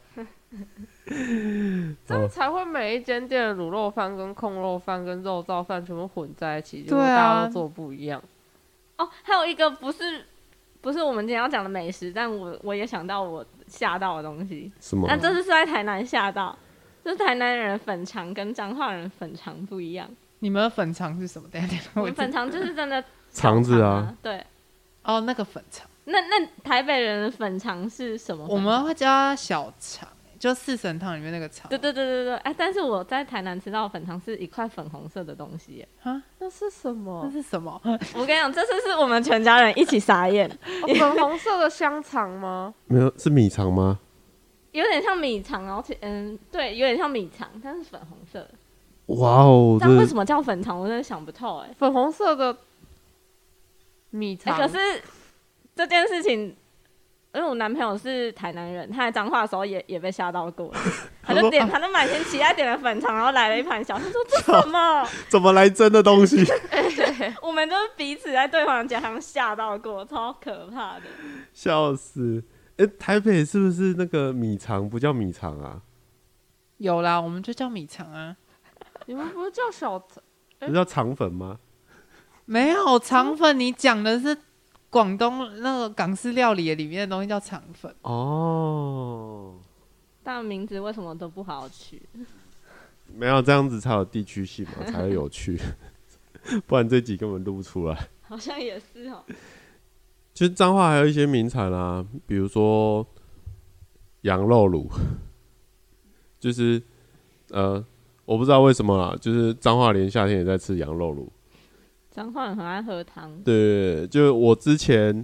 S1: 这样才会每一间店的卤肉饭跟控肉饭跟肉燥饭全部混在一起，结果
S4: 对啊
S1: 大家都做不一样。
S2: 哦，还有一个不是我们今天要讲的美食，但我也想到我吓到的东西。
S3: 什么
S2: 那？这次是在台南吓到，就是台南人粉肠跟彰化人粉肠不一样。
S4: 你们的粉肠是什么？等一下
S2: 我们粉肠就是真的
S3: 肠子啊
S2: 啊，对。
S4: 哦，那个粉肠，
S2: 那台北人的粉肠是什么粉肠？
S4: 我们会叫它小肠，就四神汤里面那个肠。
S2: 对对对对对，哎，但是我在台南吃到的粉肠是一块粉红色的东西耶。
S1: 那是什么？
S4: 那是什么？
S2: 我跟你讲，这次是我们全家人一起傻眼，
S1: 粉红色的香肠吗？
S3: 没有是米肠吗？
S2: 有点像米肠，然后对，有点像米肠，但是粉红色的。
S3: 哇哦，这
S2: 但为什么叫粉肠，我真的想不透哎。
S1: 粉红色的米肠，
S2: 可是这件事情，因为我男朋友是台南人，他来彰化的时候也被吓到过，他就满天期待点了粉肠，然后来了一盘小，他说这什么？
S3: 怎么来真的东西？
S2: 我们就是彼此在对方的家乡吓到过，超可怕的。
S3: 笑死！台北是不是那个米肠不叫米肠啊？
S4: 有啦，我们就叫米肠啊。
S1: 你们不是叫小肠？
S3: 不叫肠粉吗？
S4: 没有肠粉，你讲的是广东那个港式料理里面的东西叫肠粉。
S3: 哦，
S2: 但名字为什么都不好取？
S3: 没有这样子才有地区性嘛，才会有趣，不然这集根本录不出来。
S2: 好像也是哦。
S3: 其实彰化还有一些名产啊，比如说羊肉卤，就是我不知道为什么啦，就是彰化连夏天也在吃羊肉卤。
S2: 彰化人很爱喝汤，
S3: 对，就我之前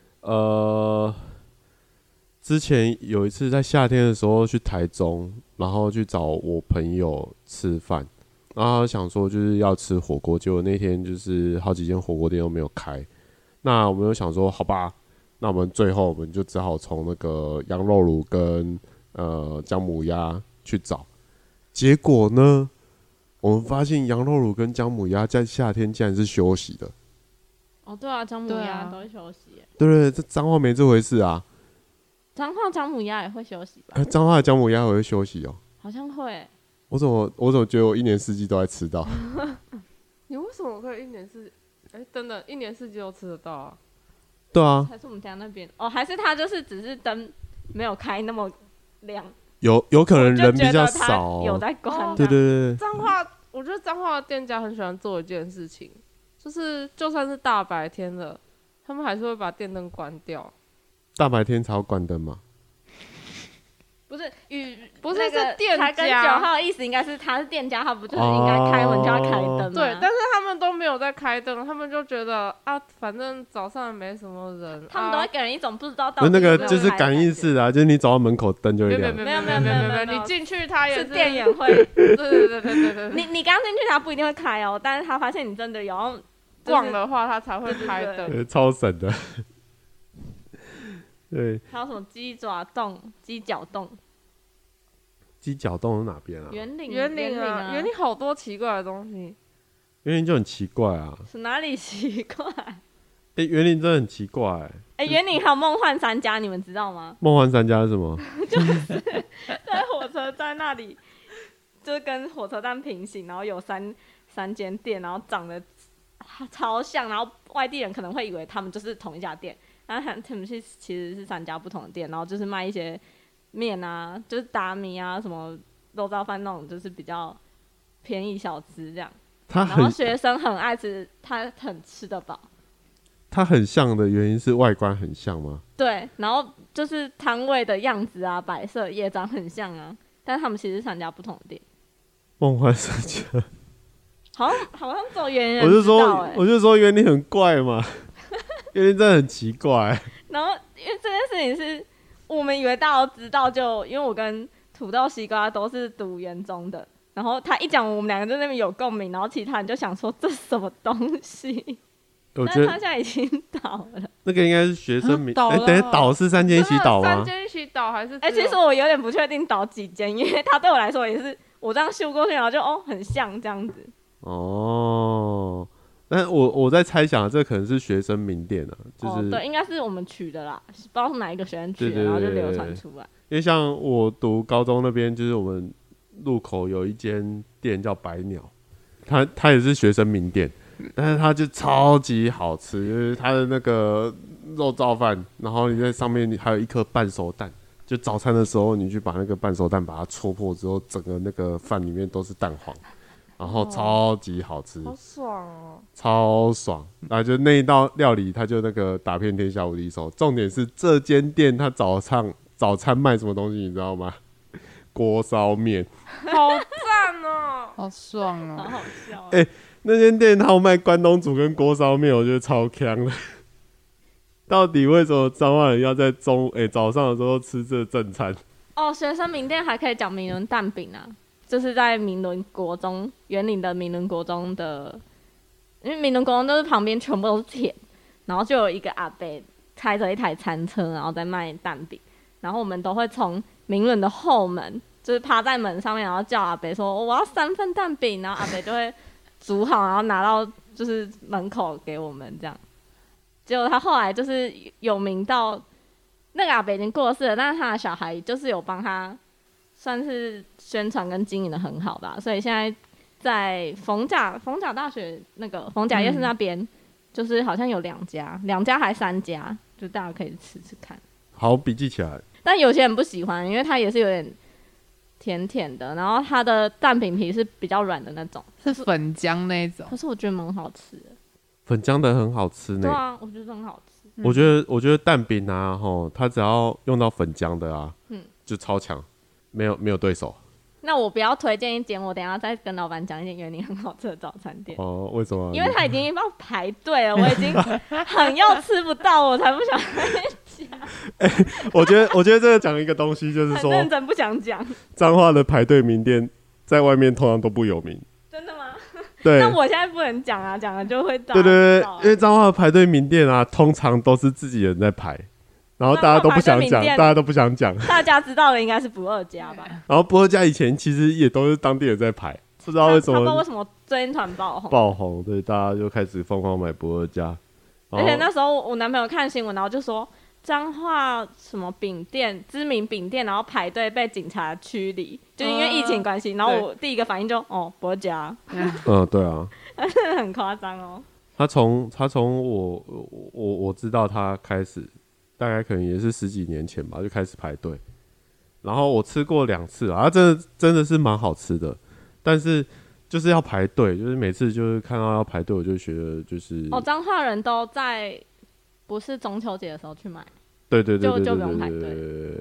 S3: 有一次在夏天的时候去台中，然后去找我朋友吃饭，然后想说就是要吃火锅，结果那天就是好几间火锅店都没有开。那我们就想说，好吧，那我们最后我们就只好从那个羊肉炉跟姜母鸭去找。结果呢，我们发现羊肉炉跟姜母鸭在夏天竟然是休息的。
S2: 哦，对啊，姜母
S4: 对啊
S2: 鸭都会休息耶。
S3: 对对对，这彰化没这回事啊！
S2: 彰化姜母鸭也会休息吧？
S3: 彰化的姜母鸭也会休息哦。
S2: 好像会耶。
S3: 我怎么觉得我一年四季都在吃到？
S1: 你为什么可以一年四季？真的，一年四季都吃得到啊？
S3: 对啊，
S2: 还是我们家那边哦？还是他就是只是灯没有开那么亮，
S3: 有可能人
S2: 就觉
S3: 比较
S2: 得他
S3: 少。
S2: 有在关。
S3: 对对对，
S1: 彰化，我觉得彰化的店家很喜欢做一件事情，就是就算是大白天的，他们还是会把电灯关掉。
S3: 大白天才要关灯嘛。
S2: 不是
S1: 不是
S2: 那个
S1: 是店
S2: 他跟9
S1: 家，
S2: 号的意思应该是他是店家，他不就是应该开门就要开灯吗？
S1: 对，但是他们都没有在开灯，他们就觉得啊，反正早上也没什么人，
S2: 他们都会给人一种不知道到
S3: 不是那个
S2: 底有没有
S3: 就是感
S2: 开的感觉
S3: 应式的啊，就是你走到门口灯就会亮。
S1: 没有，你进去他也
S2: 是店员会，
S1: 对，
S2: 你刚进去他不一定会开哦，但是他发现你真的有要
S1: 逛的话他才会开灯。
S3: 对，超省的。对，
S2: 还有什么鸡爪冻、鸡脚冻、
S3: 鸡脚冻是哪边啊？
S2: 圆领、
S1: 园林啊，园林好多奇怪的东西。
S3: 园林就很奇怪啊。
S2: 是哪里奇怪？
S3: 园林真的很奇怪。
S2: 园林还有梦幻三家，你们知道吗？
S3: 梦幻三家是什么？
S2: 在火车站那里，就跟火车站平行，然后有三间店，然后长得超像，然后外地人可能会以为他们就是同一家店，然后他们其实是3家不同的店，然后就是卖一些面啊，就是达米啊，什么肉燥饭那种，就是比较便宜小吃这样。然后学生很爱吃，他很吃得饱。
S3: 它很像的原因是外观很像吗？
S2: 对，然后就是摊位的样子啊，摆设也长很像啊，但是他们其实是3家不同的店。
S3: 梦幻三家，
S2: 好像只有圆人
S3: 我就
S2: 知道欸
S3: 说，园林很怪嘛，园林真的很奇怪。
S2: 然后因为这件事情是我们以为大家都知道，就因为我跟土豆西瓜都是读原中的，然后他一讲，我们2个在那边有共鸣，然后其他人就想说这是什么东西。
S3: 我觉得
S2: 但是他现在已经倒了。
S3: 那个应该是学生名，
S4: 倒了
S3: 等一下倒是3间一起倒吗
S1: 3？间一起倒还是？
S2: 其实我有点不确定倒几间，因为他对我来说也是我这样秀过去，然后就很像这样子。
S3: 哦，但我在猜想，这可能是学生名店啊，就是
S2: 对，应该是我们取的啦，不知道是哪一个学生取的，
S3: 对
S2: 然后就流传出来。
S3: 因为像我读高中那边，就是我们路口有一间店叫百鸟，它也是学生名店，但是它就超级好吃，就是它的那个肉燥饭，然后你在上面还有一颗半熟蛋，就早餐的时候你去把那个半熟蛋把它戳破之后，整个那个饭里面都是蛋黄，然后超级好吃，
S1: 好爽哦，
S3: 超爽。然后就那一道料理，它就那个打遍天下无敌手。重点是这间店它早餐卖什么东西，你知道吗？锅烧面。
S1: 好赞哦！
S4: 好爽
S2: 好
S4: 哦！
S2: 好笑啊。
S3: 那间店它有卖关东煮跟锅烧面，我觉得超强的。到底为什么彰化人要在早上的时候吃这正餐？
S2: 学生名店还可以讲明伦蛋饼啊，就是在明伦国中园林的明伦国中的，因为明伦国中都是旁边全部都是田，然后就有一个阿伯开着一台餐车，然后在卖蛋饼，然后我们都会从明伦的后门，就是趴在门上面，然后叫阿伯说我要3份蛋饼，然后阿伯就会煮好，然后拿到就是门口给我们这样。结果他后来就是有名到那个阿伯已经过世了，但是他的小孩就是有帮他算是宣传跟经营的很好吧，所以现在在逢甲大学那个逢甲夜市那边，就是好像有2家还3家，就大家可以吃吃看。
S3: 好，笔记起来。
S2: 但有些人不喜欢，因为它也是有点甜甜的，然后它的蛋饼皮是比较软的那种，
S4: 是粉浆那种
S2: 可，是我觉得蛮好吃的。
S3: 粉浆的很好吃呢。
S2: 对啊，我觉得很好吃。
S3: 我觉得蛋饼啊，它只要用到粉浆的啊，就超强，没有对手。
S2: 那我不要推荐一间，我等一下再跟老板讲一间园林很好吃的早餐店。
S3: 哦，为什么？
S2: 因为他已经帮我排队了，我已经很要吃不到，我才不想讲。
S3: 我觉得这个讲一个东西，就是
S2: 很
S3: 说
S2: 认真不想讲。
S3: 彰化的排队名店在外面通常都不有名。
S2: 真的吗？
S3: 对，
S2: 那我现在不能讲啊，讲了就会到。
S3: 对，因为彰化的排队名店啊，通常都是自己人在排，然后大家都不想讲，
S2: 大家知道的应该是不二家吧？
S3: 然后不二家以前其实也都是当地人在排，不知道为什么。
S2: 他不知道为什么最近团
S3: 爆红，对，大家就开始疯狂买不二家。
S2: 而且那时候我男朋友看新闻，然后就说彰化什么饼店，知名饼店，然后排队被警察驱离，就因为疫情关系。然后我第一个反应就不二家。
S3: 对啊，
S2: 真的很夸张哦。
S3: 他从我知道他开始，大概可能也是10几年前吧，就开始排队。然后我吃过2次啊，真的是蛮好吃的，但是就是要排队，就是每次就是看到要排队，我就觉得就是
S2: 彰化人都在不是中秋节的时候去买，
S3: 对，
S2: 就不用排队。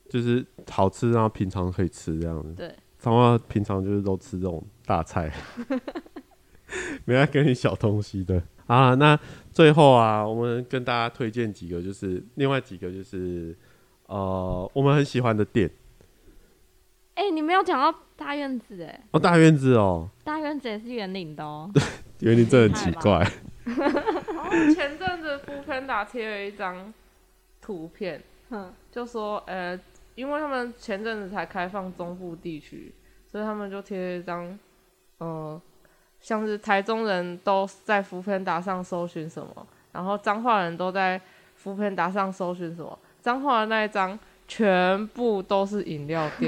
S3: 就是好吃，然后平常可以吃这样子。
S2: 对，
S3: 彰化平常就是都吃这种大菜，没来给你小东西的啊。那最后啊，我们跟大家推荐几个，就是另外几个就是我们很喜欢的店。
S2: 你没有讲到大院子
S3: 哦，大院子哦，
S2: 大院子也是园林的哦。
S3: 园林真的很奇怪。
S1: 前阵子Foodpanda贴了一张图片，就说因为他们前阵子才开放中部地区，所以他们就贴了一张像是台中人都在Foodpanda上搜寻什么，然后彰化人都在Foodpanda上搜寻什么，彰化的那一张全部都是饮料店。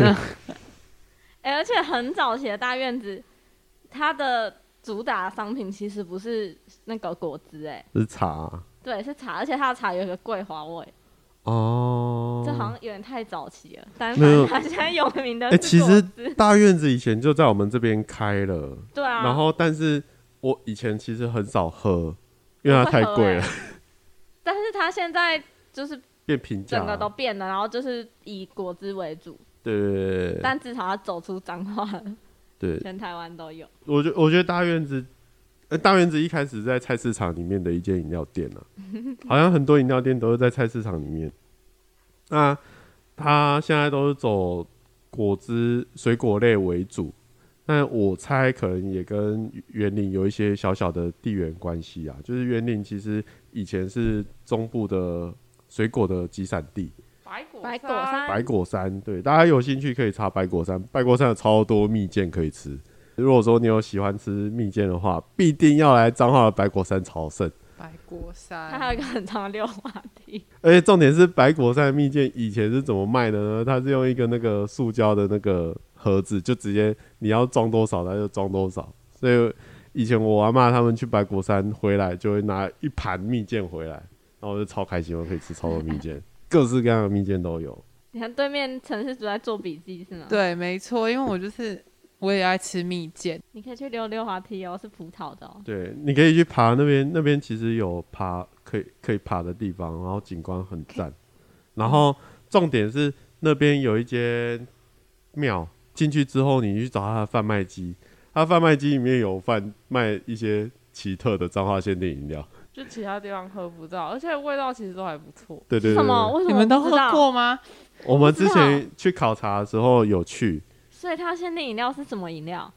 S2: 而且很早期的大院子，它的主打商品其实不是那个果汁，
S3: 是茶。
S2: 对，是茶，而且它的茶有一个桂花味。
S3: 哦，
S2: 这好像有点太早期了，但反正它现在有名的是果汁。
S3: 其实大院子以前就在我们这边开了，
S2: 对啊。
S3: 然后，但是我以前其实很少喝，因为它太贵了。
S2: 但是它现在就是
S3: 变平价，
S2: 整个都变了，然后就是以果汁为主。
S3: 对。
S2: 但至少它走出彰化了，
S3: 对，
S2: 全台湾都有。
S3: 我觉得大院子。大院子一开始在菜市场里面的一间饮料店好像很多饮料店都是在菜市场里面。那它现在都是走果汁、水果类为主，但我猜可能也跟员林有一些小小的地缘关系啊。就是员林其实以前是中部的水果的集散地，百果山，对，大家有兴趣可以查百果山，百果山有超多蜜饯可以吃。如果说你有喜欢吃蜜饯的话，必定要来彰化的百果山朝圣。
S4: 百果山，
S2: 它还有一个很长的溜滑梯，
S3: 而且重点是百果山的蜜饯以前是怎么卖的呢？它是用一个那个塑胶的那个盒子，就直接你要装多少它就装多少。所以以前我阿嬷他们去百果山回来，就会拿一盘蜜饯回来，然后我就超开心，我可以吃超多蜜饯，各式各样的蜜饯都有。
S2: 你看对面城市主在做笔记是吗？
S4: 对，没错，因为我也爱吃蜜饯。
S2: 你可以去溜滑梯哦，是葡萄的哦。
S3: 对，你可以去爬那边其实有爬可以爬的地方，然后景观很赞。然后重点是那边有一间庙，进去之后你去找他的贩卖机，他贩卖机里面有卖一些奇特的彰化限定饮料，
S1: 就其他地方喝不到，而且味道其实都还不错。
S3: 对对对对，
S2: 什么？为什么
S4: 你们都喝过吗？
S3: 我们之前去考察的时候有去。
S2: 所以它限定饮料是什么饮料？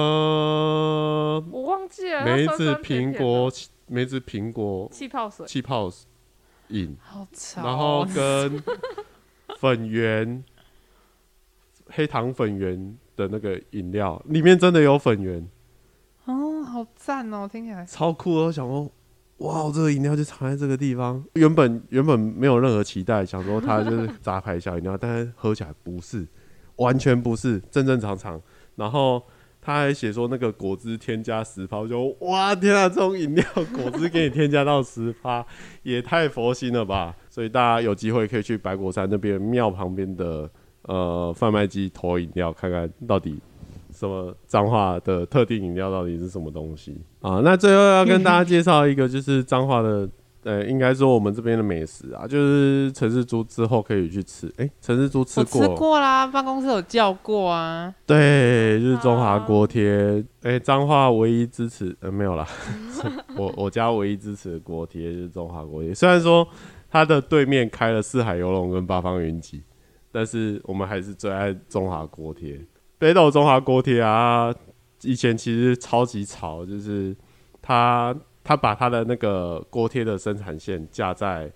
S1: 我忘记了。
S3: 梅子苹果
S1: 气泡水、
S3: 气泡饮，
S4: 好吵。
S3: 然后跟粉圆黑糖粉圆的那个饮料，里面真的有粉圆。
S4: 哦，好赞哦，听起来
S3: 超酷的。我想说，哇，这个饮料就藏在这个地方。原本没有任何期待，想说它就是杂牌小饮料，但是喝起来不是。完全不是正常，然后他还写说那个果汁添加10%，就哇天啊，这种饮料果汁给你添加到10%，也太佛心了吧！所以大家有机会可以去百果山那边庙旁边的贩卖机投饮料，看看到底什么彰化的特定饮料到底是什么东西啊？那最后要跟大家介绍一个就是彰化的。应该说我们这边的美食啊，就是陈氏猪之后可以去吃。陈氏猪吃过，
S4: 我吃过啦，办公室有叫过啊。
S3: 对，就是中华锅贴。彰化唯一支持没有啦，我家唯一支持的锅贴就是中华锅贴。虽然说它的对面开了四海游龙跟八方云集，但是我们还是最爱中华锅贴。北斗中华锅贴啊，以前其实超级潮，就是他把他的那个锅贴的生产线架在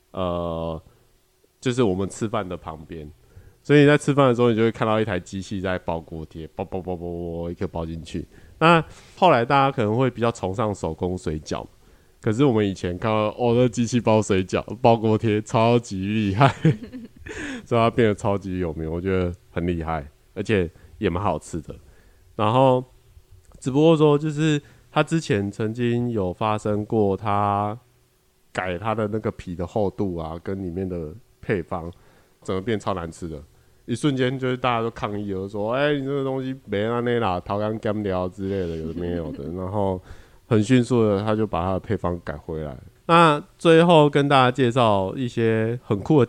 S3: 就是我们吃饭的旁边，所以你在吃饭的时候，你就会看到一台机器在包锅贴，包一个包进去。那后来大家可能会比较崇尚手工水饺，可是我们以前看到那机器包水饺、包锅贴超级厉害，所以它变得超级有名，我觉得很厉害，而且也蛮好吃的。然后只不过说就是他之前曾经有发生过，他改他的那个皮的厚度啊，跟里面的配方，整个变超难吃的。一瞬间就是大家都抗议了，说：“你这个东西没安内啦，桃干干料之类的，有的没有的。”然后很迅速的，他就把他的配方改回来。那最后跟大家介绍一些很酷的店，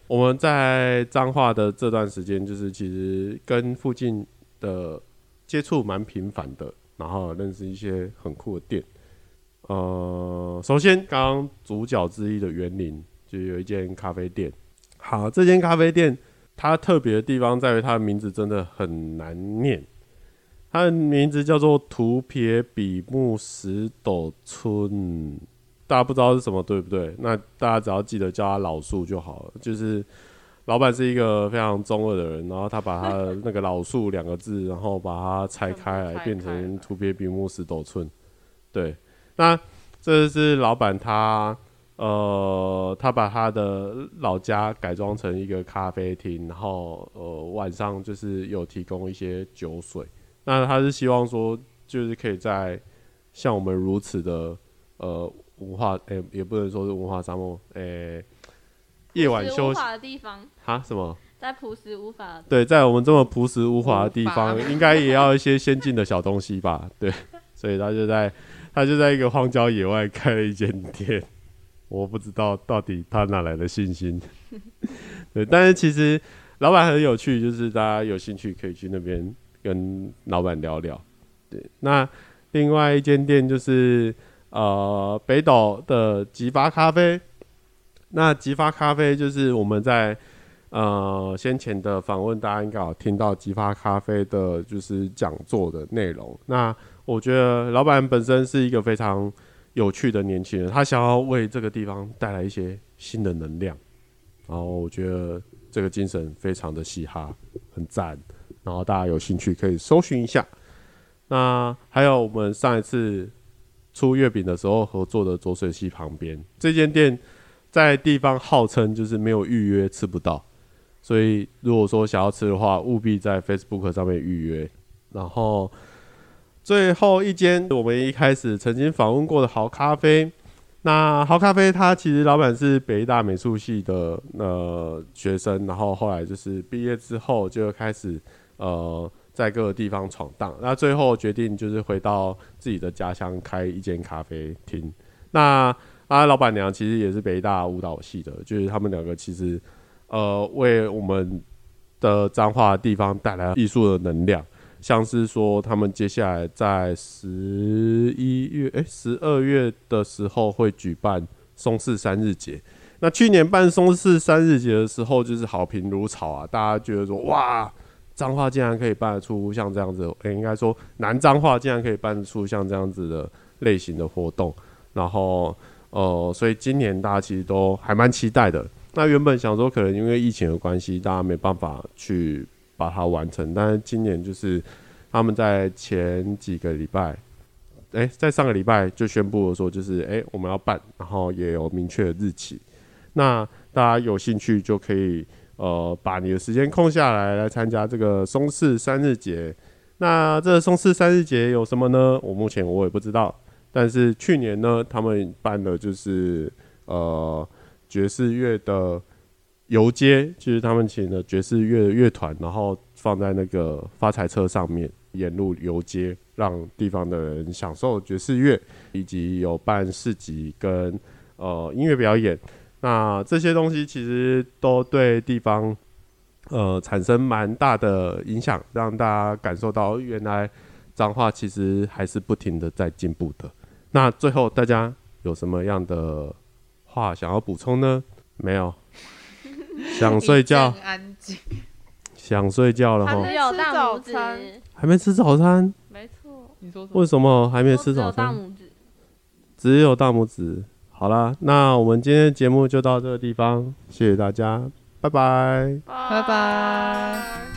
S3: 我们在彰化的这段时间，就是其实跟附近的接触蛮频繁的，然后认识一些很酷的店。首先刚刚主角之一的园林就有一间咖啡店。好，这间咖啡店它特别的地方在于它的名字真的很难念，它的名字叫做图撇比木石斗村。大家不知道是什么，对不对？那大家只要记得叫他老树就好了。就是老板是一个非常中二的人，然后他把他的那个老树2个字，然后把它拆开来变成图撇比木石斗村。对，那这是老板他把他的老家改装成一个咖啡厅，然后晚上就是有提供一些酒水。那他是希望说，就是可以在像我们如此的文化也不能说是文化沙漠，夜晚休息
S2: 的地方
S3: 哈什么？
S2: 在朴实无华的
S3: 对，在我们这么朴实无华的地方，应该也要一些先进的小东西吧？对，所以他就在一个荒郊野外开了一间店，我不知道到底他哪来的信心。对，但是其实老板很有趣，就是大家有兴趣可以去那边跟老板聊聊。对，那另外一间店就是北斗的吉发咖啡。那吉发咖啡就是我们在先前的访问，大家应该有听到吉发咖啡的就是讲座的内容。那我觉得老板本身是一个非常有趣的年轻人，他想要为这个地方带来一些新的能量，然后我觉得这个精神非常的嘻哈，很赞。然后大家有兴趣可以搜寻一下。那还有我们上一次出月饼的时候合作的浊水溪旁边这间店，在地方号称就是没有预约吃不到，所以如果说想要吃的话，务必在 Facebook 上面预约。然后最后一间我们一开始曾经访问过的好咖啡，那好咖啡它其实老板是北艺大美术系的学生，然后后来就是毕业之后就开始在各个地方闯荡，那最后决定就是回到自己的家乡开一间咖啡厅。那老板娘其实也是北艺大舞蹈系的，就是他们2个其实为我们的彰化的地方带来艺术的能量，像是说他们接下来在12月的时候会举办松市3日节。那去年办松市3日节的时候，就是好评如潮啊，大家觉得说哇，彰化竟然可以办得出像这样子，应该说南彰化竟然可以办得出像这样子的类型的活动，然后所以今年大家其实都还蛮期待的。那原本想说可能因为疫情的关系，大家没办法去把它完成，但是今年就是他们在前几个礼拜，在上个礼拜就宣布了说，就是我们要办，然后也有明确的日期。那大家有兴趣就可以把你的时间空下来参加这个松市3日节。那这个松市3日节有什么呢？目前我也不知道。但是去年呢，他们办的就是爵士乐的游街，就是他们请的爵士乐的乐团，然后放在那个发财车上面沿路游街，让地方的人享受爵士乐，以及有办市集跟音乐表演。那这些东西其实都对地方产生蛮大的影响，让大家感受到原来彰化其实还是不停的在进步的。那最后大家有什么样的话想要补充呢？没有，想睡觉，
S4: 安静，
S3: 想睡觉了齁。
S2: 只有大拇指，
S3: 还没吃早餐？
S1: 没错。
S4: 你说什么？
S3: 为什么还没吃早餐？只有大拇指。好啦，那我们今天的节目就到这个地方，谢谢大家，拜拜，
S4: 拜拜。